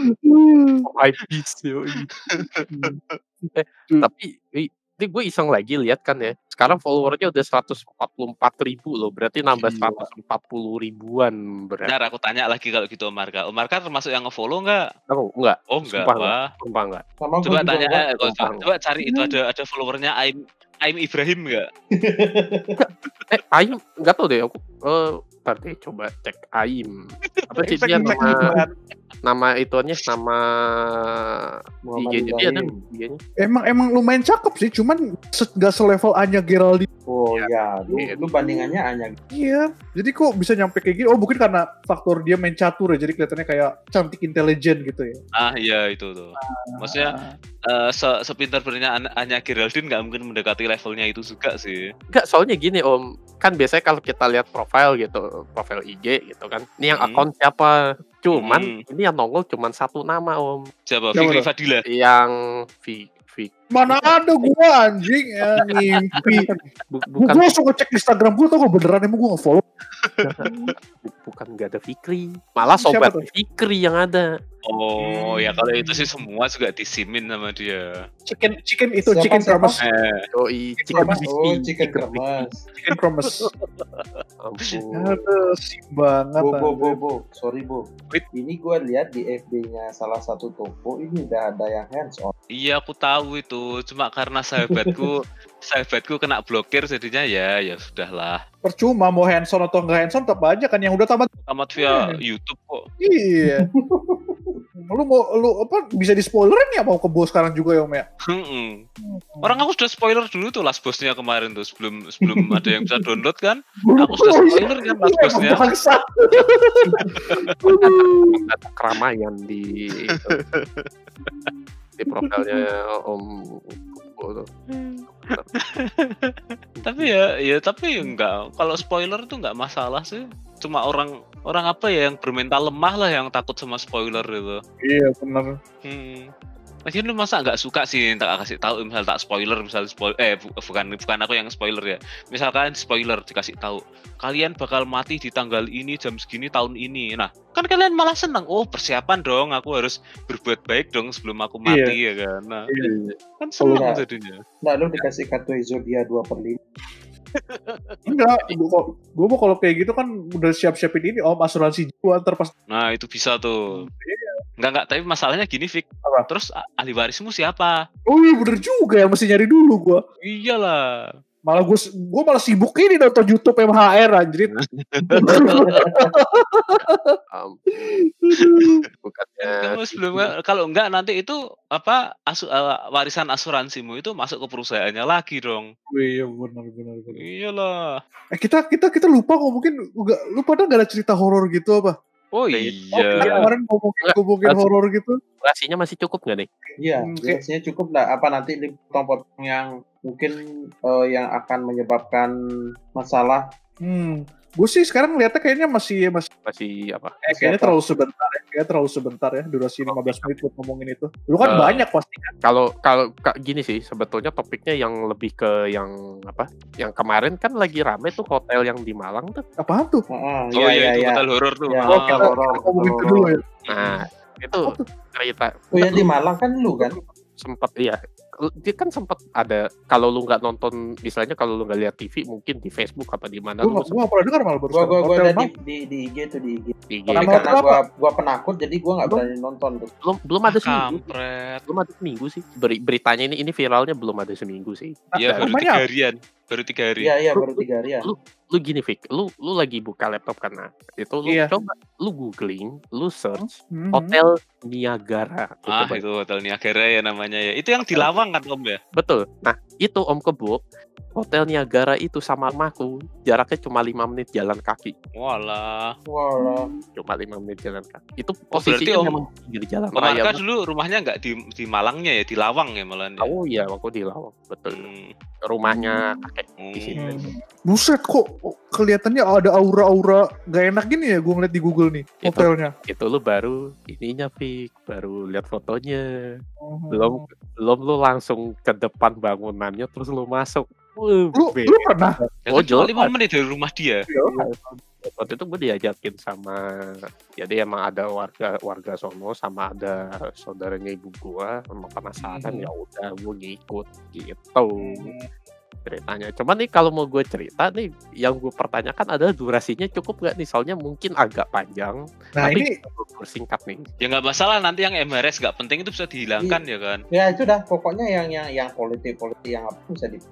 high beast yoi. Eh, tapi i- ini gue iseng lagi lihat kan ya. Sekarang followernya udah seratus empat puluh empat ribu loh. Berarti nambah Gila. seratus empat puluh ribuan berarti. Bentar aku tanya lagi kalau gitu Omar Kak. Omar Kak termasuk yang nge-follow enggak? Oh, enggak. Oh enggak, Sumpah wah. Sumpah enggak. Sama gua Coba juga tanya enggak. eh, coba, Gampang. coba cari itu ada ada followernya Aim Aim Ibrahim enggak? Eh, Aim enggak tahu deh aku. Eh, ntar deh coba cek Aim. Apa sih dia Cek- cek nama Ibrahim. nama ituannya, nama Muhammad I G-nya dia ada Ibrahim. I G-nya. Emang emang lumayan cakep sih, cuman se- nggak selevel Anya Geraldine. Oh Iya. ya, lu, Iya. lu bandingannya hanya Iya, jadi kok bisa nyampe kayak gini? Oh mungkin karena faktor dia main catur ya, jadi kelihatannya kayak cantik intelijen gitu ya. Ah iya itu tuh. Maksudnya eh, se sepintar-pintarnya An- Anya Geraldine nggak mungkin mendekati levelnya itu juga sih. Enggak, soalnya gini Om, kan biasanya kalau kita lihat profile gitu, profile I G gitu kan, ini yang Hmm. akun siapa? Cuman Hmm. ini yang nongol cuman satu nama Om, Siapa? Siapa Fikri tuh? Fadila. yang Vi, Vi, Mana ada gua anjing ya, ngimpi. bu- Gua bukan langsung ngecek Instagram gua, tau gak beneran emang gua nge-follow. bu- bukan nggak ada Fikri, malah Siapa sobat tuh? Fikri yang ada. Oh Hmm. ya kalau itu sih semua juga disimin sama dia. Chicken chicken itu Siapa, chicken siapa? kremes, Eh, Yoi, chicken Kremes. crispy, oh chicken crispy. kremes. chicken kremes. Ampun. Aduh, sih banget. Bo, bo, bo, anjir. bo, sorry bo. Wait. Ini gua lihat di F B-nya salah satu toko ini udah ada yang hands on. iya aku tahu itu. Cuma karena sahabatku sahabatku kena blokir jadinya ya ya sudahlah. Percuma mau hands-on atau nggak hands-on tetap aja kan yang udah tamat. Tamat via Hmm. YouTube kok. Iya. Lu mau lu apa bisa di spoilerin ya mau kebo sekarang juga ya Om ya? Hmm. Orang aku sudah spoiler dulu tuh Last Boss-nya kemarin tuh sebelum sebelum ada yang bisa download kan. Aku sudah spoiler kan Last Boss-nya. Ada keramaian di di profilnya Om Kubo tuh. Tapi ya ya tapi enggak kalau spoiler tuh enggak masalah sih. Cuma orang orang apa ya yang bermental lemah lah yang takut sama spoiler itu. Iya benar. Hmm. Lagian lu masa nggak suka sih tak kasih tahu misal tak spoiler misal spoiler eh bu, bukan bukan aku yang spoiler ya. Misalkan spoiler dikasih tahu kalian bakal mati di tanggal ini jam segini tahun ini. Nah, kan kalian malah senang. Oh, persiapan dong aku harus berbuat baik dong sebelum aku mati iya. Ya kan. Nah, iya. Kan senang nah, jadinya. Nah, lu dikasih kartu Exodia dua per lima. Enggak, gue mau kalau kayak gitu kan udah siap-siapin ini om asuransi jiwa ntar pas. Nah itu bisa tuh. Hmm, iya. Enggak enggak, tapi masalahnya gini Fik. Apa? Terus ahli warismu siapa? Oh iya bener juga ya, mesti nyari dulu gue. Iyalah. Malah gue gue malah sibuk ini nonton YouTube M H R anjir. um, bukannya kamu sebelumnya kalau enggak nanti itu apa asu, uh, warisan asuransimu itu masuk ke perusahaannya lagi dong. Oh, iya benar benar benar. Iyalah. Eh kita kita kita lupa kok mungkin enggak lupa ada enggak ada cerita horor gitu apa? Oh iya. Oh, kita kemarin ngomongin ngomongin horor gitu. Durasinya masih cukup nggak nih? Iya, durasinya cukup lah. Apa nanti dipotong-potong yang mungkin uh, yang akan menyebabkan masalah? Hmm, gue sih sekarang lihatnya kayaknya masih masih masih apa? Eh, kayaknya terlalu sebentar ya, kayaknya terlalu sebentar ya durasi lima belas menit buat ngomongin itu. Lu kan uh, banyak pasti kan. Kalau kalau gini sih sebetulnya topiknya yang lebih ke yang apa? Yang kemarin kan lagi rame tuh hotel yang di Malang tuh. Apaan tuh? Uh, oh iya, iya, iya. Hotel horor tuh. Ya, oh, kita ngomongin itu dulu ya. Nah, itu cerita. Oh yang di Malang kan lu kan? Sempat iya. Dia kan sempat ada kalau lu nggak nonton misalnya kalau lu nggak lihat T V mungkin di Facebook apa di mana lu gua pernah dengar malah baru gua gua, gua ada di, di di I G tuh di I G. Di I G. Karena gua gua penakut jadi gua nggak berani nonton tuh. Belum belum ada seminggu. Belum ada seminggu sih. Beri, beritanya ini ini viralnya belum ada seminggu sih. Iya baru tiga harian. Baru tiga hari. Iya iya baru tiga hari ya. Lu, lu gini Fik, lu lu lagi buka laptop karena itu lu iya. coba lu googling, lu search mm-hmm. Hotel Niagara. Ah coba. Itu Hotel Niagara ya namanya ya. Itu yang di Lawang kan Om ya? Betul. Nah itu Om Kebo, Hotel Niagara itu sama rumahku jaraknya cuma lima menit jalan kaki. Walah. Walah. Cuma lima menit jalan kaki. Itu posisinya oh, Om di jalan Om raya. Om dulu rumahnya nggak di di Malangnya ya, di Lawang ya malah. Oh iya, aku di Lawang. Betul. Hmm. Rumahnya kakek hmm. di situ. Hmm. Buset kok kelihatannya ada aura-aura gak enak gini ya gue ngeliat di Google nih itu, hotelnya. Itu lu baru ininya Fik, baru lihat fotonya. Uh-huh. Belum belum lu langsung ke depan bangunannya terus lu masuk. Uh, lu, lu pernah? Oh, cuma lima menit dari rumah dia. Waktu itu gue diajakin sama, jadi emang ada warga warga sono sama ada saudaranya ibu gue, emang penasaran hmm. ya udah gue ngikut gitu hmm. ceritanya. Cuman nih kalau mau gue cerita nih, yang gue pertanyakan adalah durasinya cukup gak nih? Soalnya mungkin agak panjang, nah, tapi ini bersingkat nih. Ya nggak masalah, nanti yang M R S nggak penting itu bisa dihilangkan I, ya kan? Ya itu dah, pokoknya yang yang yang politik politik yang apa bisa di.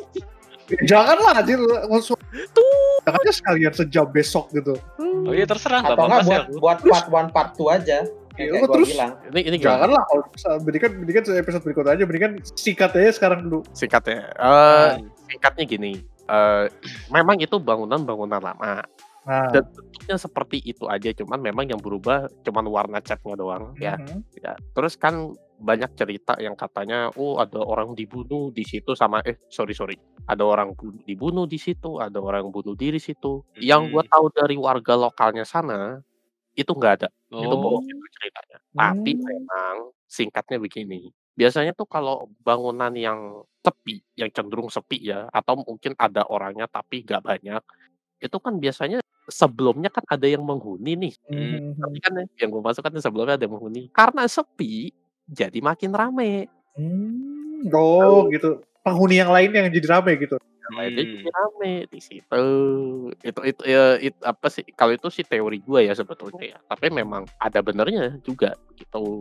Janganlah anjir langsung tuh makanya sekalian sejam besok gitu. Oh iya terserah atau enggak buat ya. Buat part one part two aja. Iya, terus bilang. Ini ini janganlah kalau berikan berikan episode berikut aja, berikan singkat aja sekarang dulu. Singkatnya. Uh, singkatnya gini. Uh, memang itu bangunan-bangunan lama. Nah. Dan bentuknya seperti itu aja, cuman memang yang berubah cuman warna catnya doang ya. Mm-hmm. Ya. Terus kan banyak cerita yang katanya oh ada orang dibunuh di situ sama eh sorry sorry ada orang dibunuh di situ, ada orang bunuh diri situ. Mm-hmm. Yang gua tahu dari warga lokalnya sana itu nggak ada. Oh. Itu bohong itu ceritanya. Mm. Tapi memang singkatnya begini. Biasanya tuh kalau bangunan yang sepi, yang cenderung sepi ya, atau mungkin ada orangnya tapi nggak banyak, itu kan biasanya sebelumnya kan ada yang menghuni nih. Mm-hmm. Tapi kan yang gue masuk kan sebelumnya ada yang menghuni. Karena sepi, jadi makin rame. Hmm. Oh so, gitu. Penghuni yang lain yang jadi rame gitu. Yang lainnya hmm. jadi rame di situ. Itu itu ya itu, apa sih? Kalau itu sih teori gue ya sebetulnya ya. Tapi memang ada benernya juga gitu.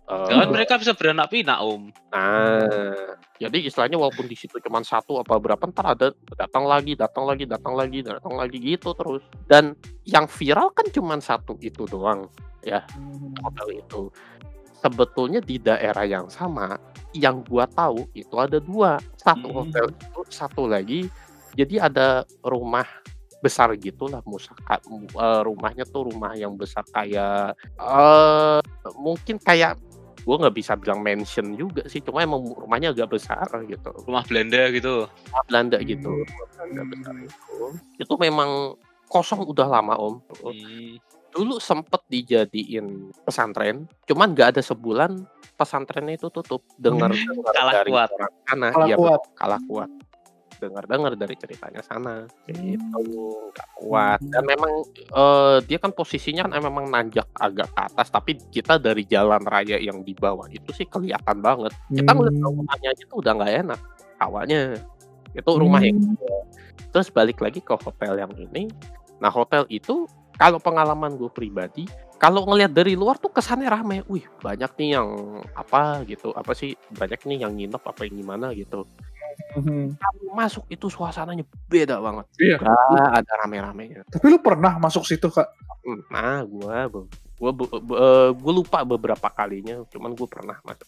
Jangan Uh, mereka bisa beranak pinak Om. Nah, jadi istilahnya walaupun di situ cuma satu apa berapa, ntar ada datang lagi, datang lagi, datang lagi, datang lagi gitu terus. Dan yang viral kan cuma satu itu doang, ya hotel itu. Sebetulnya di daerah yang sama, yang gua tahu itu ada dua, satu Hmm. hotel itu, satu lagi. Jadi ada rumah besar gitulah, musaka, uh, rumahnya tuh rumah yang besar kayak uh, mungkin kayak gue nggak bisa bilang mansion juga sih, cuma emang rumahnya agak besar gitu, Rumah Belanda gitu. rumah Belanda gitu, rumah Belanda besar itu. Itu memang kosong udah lama Om. Hmm. Dulu sempet dijadiin pesantren, cuman nggak ada sebulan pesantrennya itu tutup. Dengar Kalah dari kuat. orang sana, Kalah ya kuat. kalah kuat. Dengar-dengar dari ceritanya sana, kayak gitu, nggak kuat. Dan memang eh, dia kan posisinya kan memang nanjak agak ke atas, tapi kita dari jalan raya yang di bawah itu sih kelihatan banget. Kita ngeliat Hmm. bangunannya aja tuh udah nggak enak hawanya. Itu rumah yang terus balik lagi ke hotel yang ini. Nah hotel itu kalau pengalaman gue pribadi, kalau ngelihat dari luar tuh kesannya rame. Wih banyak nih yang apa gitu, apa sih banyak nih yang nginep apa yang gimana gitu. Mhm. Kamu masuk itu suasananya beda banget. Iya. Nggak ada rame-ramenya. Tapi lu pernah masuk situ Kak? Hmm, Nah, gua be- gua be- be- eh, gua lupa beberapa kalinya, cuman gua pernah masuk.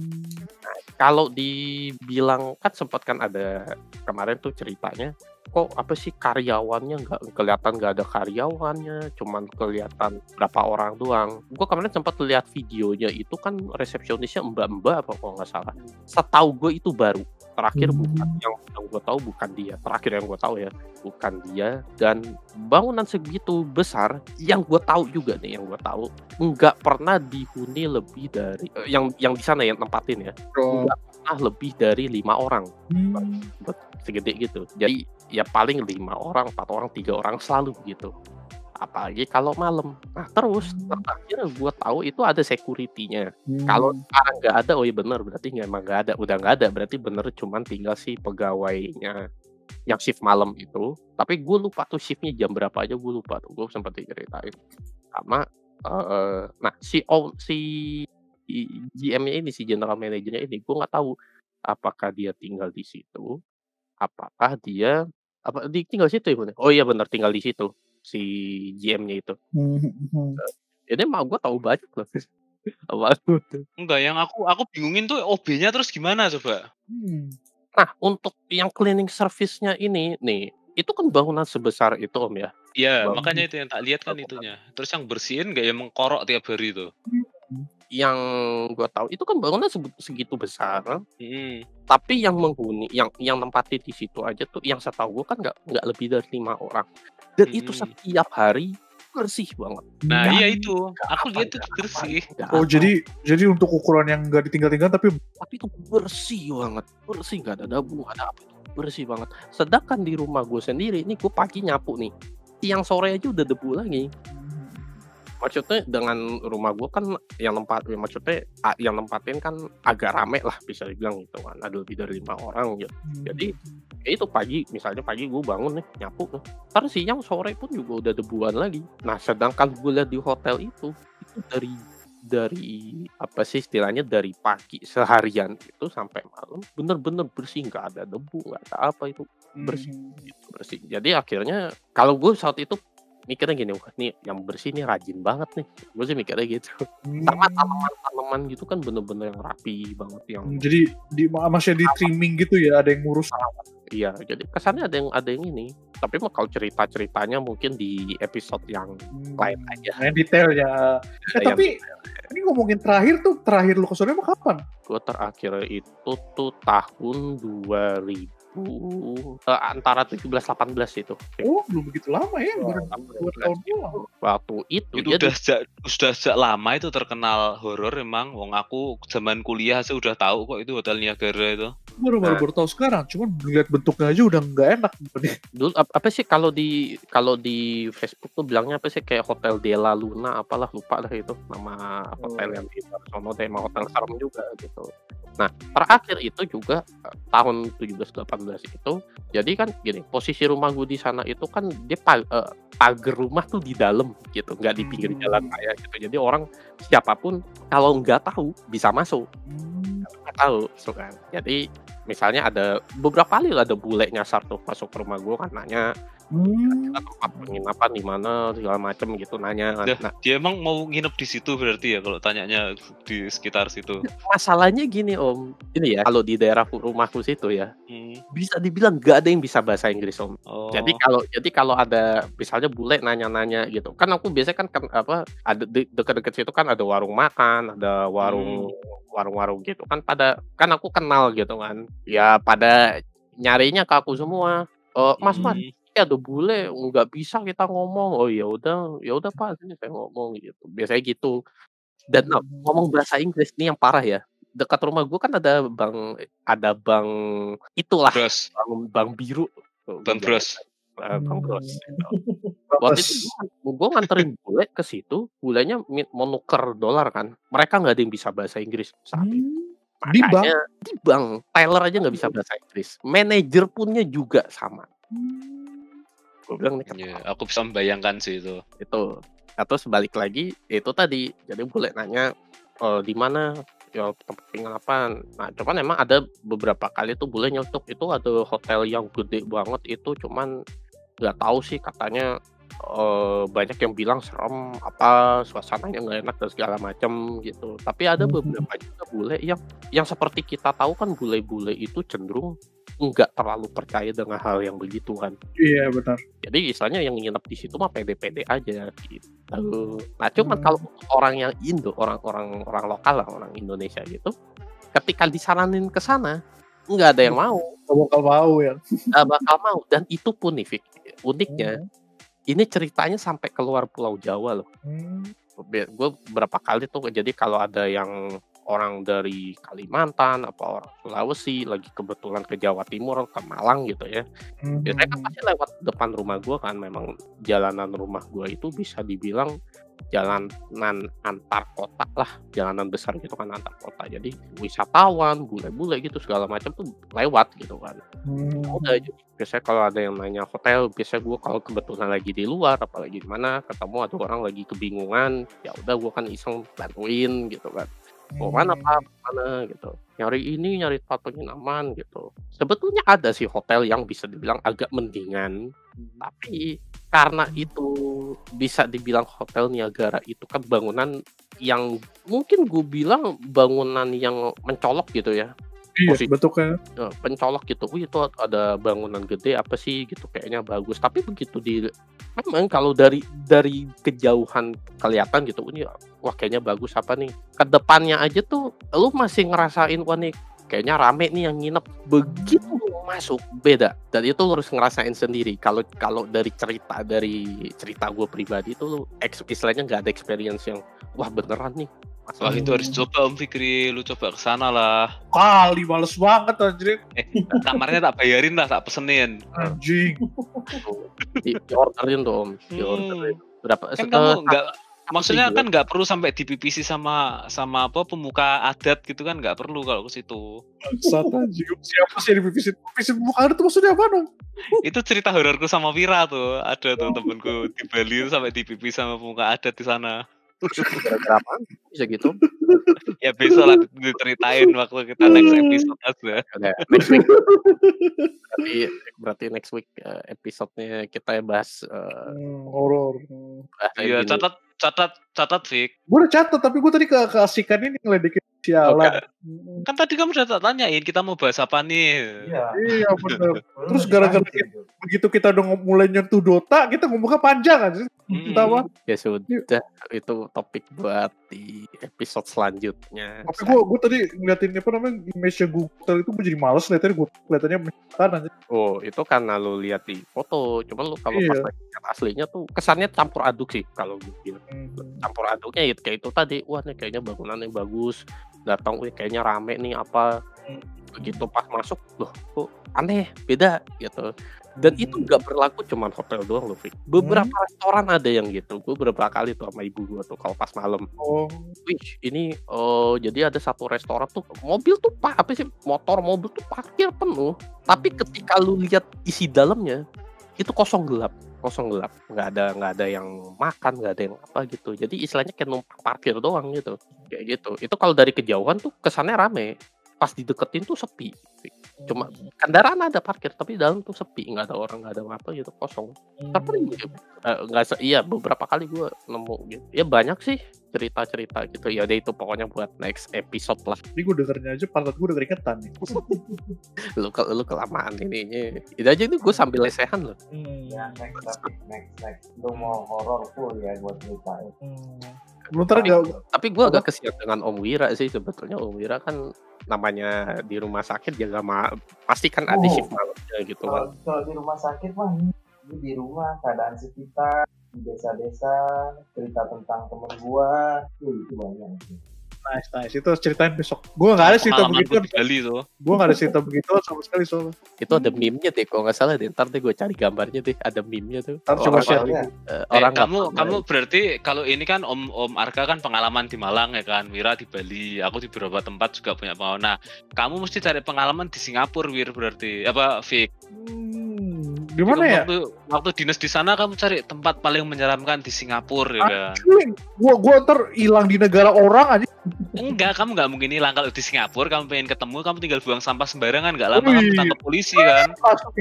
Kalau dibilang kan sempat kan ada kemarin tuh ceritanya, kok apa sih karyawannya nggak kelihatan, nggak ada karyawannya, cuman kelihatan berapa orang doang. Gua kemarin sempat lihat videonya itu kan resepsionisnya mbak-mbak apa kalau nggak salah. Setahu gue itu baru. Terakhir bukan yang yang gue tahu bukan dia. Terakhir yang gue tahu ya bukan dia, dan bangunan segitu besar yang gue tahu juga nih yang gue tahu nggak pernah dihuni lebih dari eh, yang yang di sana yang tempatin ya Oh. nggak pernah lebih dari lima orang Hmm. segede gitu. Jadi ya paling lima orang, empat orang, tiga orang selalu begitu. Apalagi kalau malam. Nah terus terakhir gue tahu itu ada security-nya. Kalau sekarang nggak ada, oh iya bener berarti nggak emang nggak ada, udah nggak ada berarti bener cuman tinggal si pegawainya yang shift malam itu. Tapi gue lupa tuh shiftnya jam berapa aja gue lupa tuh, gue sempat diceritain sama eh nah si own si G M-nya ini, si general manajernya ini, gue nggak tahu apakah dia tinggal di situ, apakah dia apa di tinggal situ ya bener. Oh iya bener tinggal di situ si G M-nya itu. Mhm. Ini mah gue tahu banyak loh. Apa tuh? Enggak, yang aku aku bingungin tuh O B-nya terus gimana coba? Hmm. Nah, untuk yang cleaning service-nya ini nih, itu kan bangunan sebesar itu Om ya. Iya, Bang. makanya itu yang tak lihat kan itunya. Terus yang bersihin nggak yang mengkorok tiap hari tuh. Yang gua tahu itu kan bangunan sebe- segitu besar, Hmm. tapi yang menghuni, yang yang nempatin di situ aja tuh, yang setahu gua kan nggak nggak lebih dari lima orang. Dan itu Hmm. setiap hari bersih banget. Nah, Nggak- iya itu. nggak Aku apa, lihat tuh nggak bersih. apa, nggak Oh apa. jadi jadi untuk ukuran yang nggak ditinggal-tinggal tapi Tapi itu bersih banget, bersih, nggak ada debu, nggak ada apa, itu bersih banget. Sedangkan di rumah gue sendiri ini, gue pagi nyapu nih, siang sore aja udah debu lagi. Maksudnya dengan rumah gue kan yang tempat, maksudnya ah, yang nempatin kan agak rame lah bisa dibilang gitu kan, ada lebih dari lima orang gitu. Jadi ya itu pagi, misalnya pagi gue bangun nih nyapu tuh, ntar siang sore pun juga udah debuan lagi. Nah sedangkan gue lihat di hotel itu, itu dari dari apa sih istilahnya, dari pagi seharian itu sampai malam bener-bener bersih, nggak ada debu, nggak ada apa, itu bersih gitu, bersih. Jadi akhirnya kalau gue saat itu mikirnya gini, wah nih yang bersih nih rajin banget nih, gue sih mikirnya gitu. Sama tanaman-tanaman gitu kan bener-bener yang rapi banget, yang jadi di masih di trimming gitu ya, ada yang ngurus. iya, jadi kesannya ada yang ada yang ini. Tapi mah kalau cerita-ceritanya mungkin di episode yang lain aja. Main detailnya. Eh, Yang tapi ini ngomongin terakhir tuh, terakhir lu ke sana emang kapan? gue terakhir itu tuh tahun dua ribu eh, antara tujuh belas delapan belas itu. Oh belum begitu lama ya, baru delapan dua belas tahun itu. doang. Waktu itu Itu dia udah sejak sudah sejak lama itu terkenal horor emang. Wong aku zaman kuliah sih udah tahu kok itu Hotel Niagara itu. Baru baru Nah. baru tahu sekarang, cuman lihat bentuknya aja udah nggak enak. dulu ap- apa sih kalau di kalau di Facebook tuh bilangnya apa sih, kayak Hotel Della Luna apalah, lupa lah itu nama hotel yang di sono, tema hotel serem juga gitu. Nah terakhir itu juga eh, tahun tujuh belas delapan belas itu, jadi kan gini, posisi rumah gue di sana itu kan dia pa- eh, pagar rumah tuh di dalam gitu, nggak di pinggir jalan Hmm. raya gitu. Jadi orang siapapun kalau nggak tahu bisa masuk, Hmm. nggak tahu gitu kan. Jadi misalnya ada beberapa kali lah ada bule nyasar tuh masuk ke rumah gue kan nanya, Hmm. kira-kira tempat penginapan di mana segala macem gitu nanya kan. Dah, Nah, dia emang mau nginep di situ berarti ya kalau tanyanya di sekitar situ. masalahnya gini Om, ini ya kalau di daerah rumahku situ ya, Hmm. bisa dibilang nggak ada yang bisa bahasa Inggris Om. Oh. Jadi kalau jadi kalau ada misalnya bule nanya-nanya gitu, kan aku biasanya kan, kan apa ada de dekat-dekat situ kan ada warung makan, ada warung Hmm. warung-warung gitu kan pada kan aku kenal gitu kan. Ya pada nyarinya ke aku semua. Eh, Mas Mas, Hmm. ini ada bule nggak bisa kita ngomong. Oh ya udah, ya udah Pak, sini saya ngomong gitu. Biasanya gitu. Dan no, ngomong bahasa Inggris nih yang parah ya. Dekat rumah gue kan ada bank ada bank itulah Bros, bank, bank biru. Tuh, gua Bang bilang, Bros. eh, Bang Bros. gitu. Waktu Bagus. itu gue, gue nganterin bule ke situ, bulenya mi- mau nuker dolar kan. Mereka nggak ada yang bisa bahasa Inggris saat itu. Hmm. Di bank. Makanya di bank, teller aja nggak bisa bahasa Inggris. Manajer punnya juga sama. Gue bilang nih Iya, kenapa? aku bisa membayangkan sih itu. Itu. Atau sebalik lagi, itu tadi. Jadi bule nanya eh, di mana ya tempat penginapan. Nah, cuman emang ada beberapa kali tuh bule nyetuk itu ada hotel yang gede banget itu, cuman nggak tahu sih katanya eh, banyak yang bilang serem apa suasananya nggak enak dan segala macam gitu. Tapi ada Hmm. beberapa juga bule yang yang seperti kita tahu kan bule-bule itu cenderung nggak terlalu percaya dengan hal yang begitu kan. Iya benar. Jadi istilahnya yang nginep di situ mah pede-pede aja gitu. Nah, cuman Hmm. kalau untuk orang yang Indo, orang-orang orang lokal lah, orang Indonesia gitu, ketika disaranin ke sana, nggak ada yang mau, Gak bakal mau ya. nggak bakal mau. Dan itu pun nih, Fik, uniknya, ini ceritanya sampai keluar Pulau Jawa loh. Hmm. Gue berapa kali tuh, jadi kalau ada yang orang dari Kalimantan, apa orang Sulawesi, lagi kebetulan ke Jawa Timur, ke Malang gitu ya. Hmm. Biasanya kan pasti lewat depan rumah gue kan, memang jalanan rumah gue itu bisa dibilang jalanan antar kota lah, jalanan besar gitu kan antar kota. Jadi wisatawan, bule-bule gitu segala macam tuh lewat gitu kan. Hmm. Udah jadi biasanya kalau ada yang nanya hotel, biasanya gue kalau kebetulan lagi di luar, apalagi di mana ketemu ada orang lagi kebingungan, ya udah gue kan iseng bantuin gitu kan. Mau mana Pak? Mana gitu. Nyari ini, nyari tempat penginapan gitu. Sebetulnya ada sih hotel yang bisa dibilang agak mendingan, tapi karena itu bisa dibilang hotel Niagara itu kan bangunan yang mungkin gue bilang bangunan yang mencolok gitu ya. Iya Posisi bentuknya. eh, pencolok gitu. Wih itu ada bangunan gede apa sih gitu kayaknya bagus. Tapi begitu di memang kalau dari dari kejauhan kelihatan gitu, ini wah kayaknya bagus apa nih. Ke depannya aja tuh lu masih ngerasain wah nih kayaknya rame nih yang nginep. Begitu lu masuk beda. Dan itu lu harus ngerasain sendiri. Kalau kalau dari cerita dari cerita gue pribadi itu lu ex- istilahnya nggak ada experience yang wah beneran nih. Wah itu harus coba Om Fikri, lu coba kesana lah. Kali males banget anjir. Eh, kamarnya tak bayarin lah, tak pesenin. Anjing. Di, di orderin tuh Om, di Hmm. orderin. Berapa Kan eh, kamu nggak, satu maksudnya minggu. kan nggak perlu sampai dipipisi sama sama apa pemuka adat gitu kan, nggak perlu kalau ke situ. Bangsat anjing. Siapa sih yang dipipisin? Pipisin muka itu maksudnya apa dong? Itu cerita hororku sama Vira tuh, ada tuh temenku di Bali itu sampai dipipis sama pemuka adat di sana. Gara-gara apaan? Bisa gitu. Ya besok lah diceritain waktu kita next episode aja. Udah, next week. Berarti, berarti next week eh, episode-nya kita bahas eh, Hmm, horor. Hmm. bahasa Iya, gini. catat catat catat Fik. Gue udah catat tapi gue tadi ke keasikan ini ngeledekin sialan. Hmm. Kan tadi kamu udah tak tanyain kita mau bahas apa nih. Iya. Iya bener. Terus gara-gara kita, begitu kita udah ngom- mulai nyentuh Dota, kita ngomongnya panjang aja. Hmm. Kita apa? Ya sudah, itu topik buat di episode selanjutnya. Tapi gue gue tadi ngeliatin apa namanya image-nya Google itu gue jadi males liatnya, gue kelihatannya menyebalkan aja. Oh, itu karena lu lihat di foto. Cuman lu kalau Iya. pas lagi lihat aslinya tuh kesannya campur aduk sih kalau gue bilang. Hmm. Campur aduknya ya kayak itu tadi. Wah, nih kayaknya bangunannya bagus. Datang, wih kayaknya rame nih apa. Begitu pas masuk, loh kok aneh, beda gitu. Dan itu nggak berlaku cuman hotel doang loh, Fik. Beberapa restoran ada yang gitu. Gue beberapa kali tuh sama ibu gue tuh kalau pas malam. Oh, Wih, ini oh jadi ada satu restoran tuh mobil tuh pak apa sih motor mobil tuh parkir penuh. Tapi ketika lu lihat isi dalamnya itu kosong gelap. kosong gelap, nggak ada nggak ada yang makan, nggak ada yang apa gitu. Jadi istilahnya kayak numpang parkir doang gitu, kayak gitu. Itu kalau dari kejauhan tuh kesannya rame, pas dideketin tuh sepi. Cuma kendaraan ada parkir, tapi dalam tuh sepi, nggak ada orang, nggak ada apa gitu, kosong. Tapi uh, nggak se iya beberapa kali gue nemu gitu. Ya banyak sih cerita-cerita gitu. Ya udah itu pokoknya buat next episode lah. Ini gue dengernya aja pantat gue udah keringetan nih. lu ke lu kelamaan ininya. Itu aja ini gue sambil lesehan loh. Hmm. Ya next tapi next next. Lu mau horor full ya buat ceritain. Hmm. Belum tapi, tapi gue agak kesian dengan Om Wira sih sebetulnya. Om Wira kan namanya di rumah sakit jaga ma pasti kan ada oh, shift malamnya gitu kan. Kalau di rumah sakit mah ini di rumah keadaan sekitar di desa-desa cerita tentang temen gua tuh itu banyak. Nice, nice. Itu ceritain besok. Gue gak ada cerita begitu. Gue gak ada cerita begitu sama sekali soalnya. Itu ada meme-nya deh, kalau gak salah deh. Ntar deh gue cari gambarnya deh. Ada meme-nya tuh. Ntar coba share. Uh, orang eh, kamu kamu ya. Berarti kalau ini kan Om Om Arga kan pengalaman di Malang ya kan. Wira di Bali. Aku di beberapa tempat juga punya pengalaman. Nah, kamu mesti cari pengalaman di Singapura, Wir berarti. Apa, Fik? Hmm, gimana ya? Waktu, waktu dinas di sana kamu cari tempat paling menyeramkan di Singapura ya kan. Gue gue ntar hilang di negara orang aja. Enggak, kamu nggak mungkin hilang. Kalau di Singapura kamu pengen ketemu, kamu tinggal buang sampah sembarangan, nggak lama kamu tangkap polisi kan.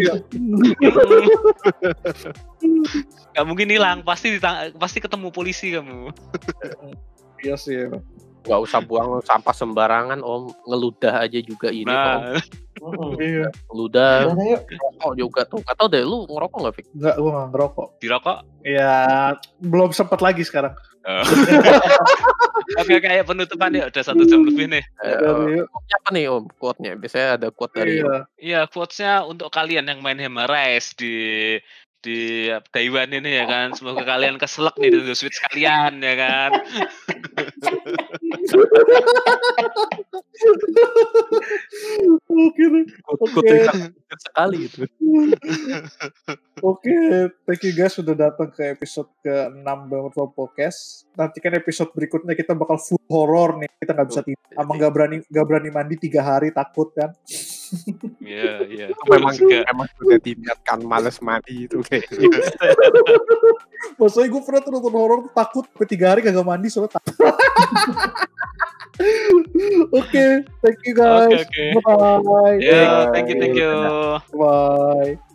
Nggak mungkin hilang, pasti ditang pasti ketemu polisi kamu. Iya sih. Nggak usah buang sampah sembarangan, Om. Ngeludah aja juga ini, nah. Om. Iya. Ngeludah. Ngerokok juga tuh. Nggak tau deh, lu ngerokok nggak, Fik? Nggak, gua nggak ngerokok. Dirokok? Ya, belum sempat lagi sekarang. Oh. Oke, kayak penutupan ya, udah satu jam lebih nih. Uh, quote-nya apa nih Om? Quote-nya, biasanya ada quote dari Iya, iya quotes-nya untuk kalian yang main Hammer Rise di di Taiwan ini ya kan. Semoga kalian keselak nih di Switch kalian ya kan. Oke deh. Oke sekali itu. Oke, thank you guys sudah datang ke episode ke enam Bangun Flow Podcast. Nanti kan episode berikutnya kita bakal full horror nih. Kita nggak bisa tidur. Sama nggak berani nggak berani mandi tiga hari takut kan. Iya, iya. Memang memang sudah diingatkan males mandi itu kayaknya. Maksudnya gue pernah tuh nonton horor takut sampai tiga hari kagak mandi soalnya takut. Oke, okay, thank you guys. Okay, okay. Bye. Yeah, thank you, thank you. Bye.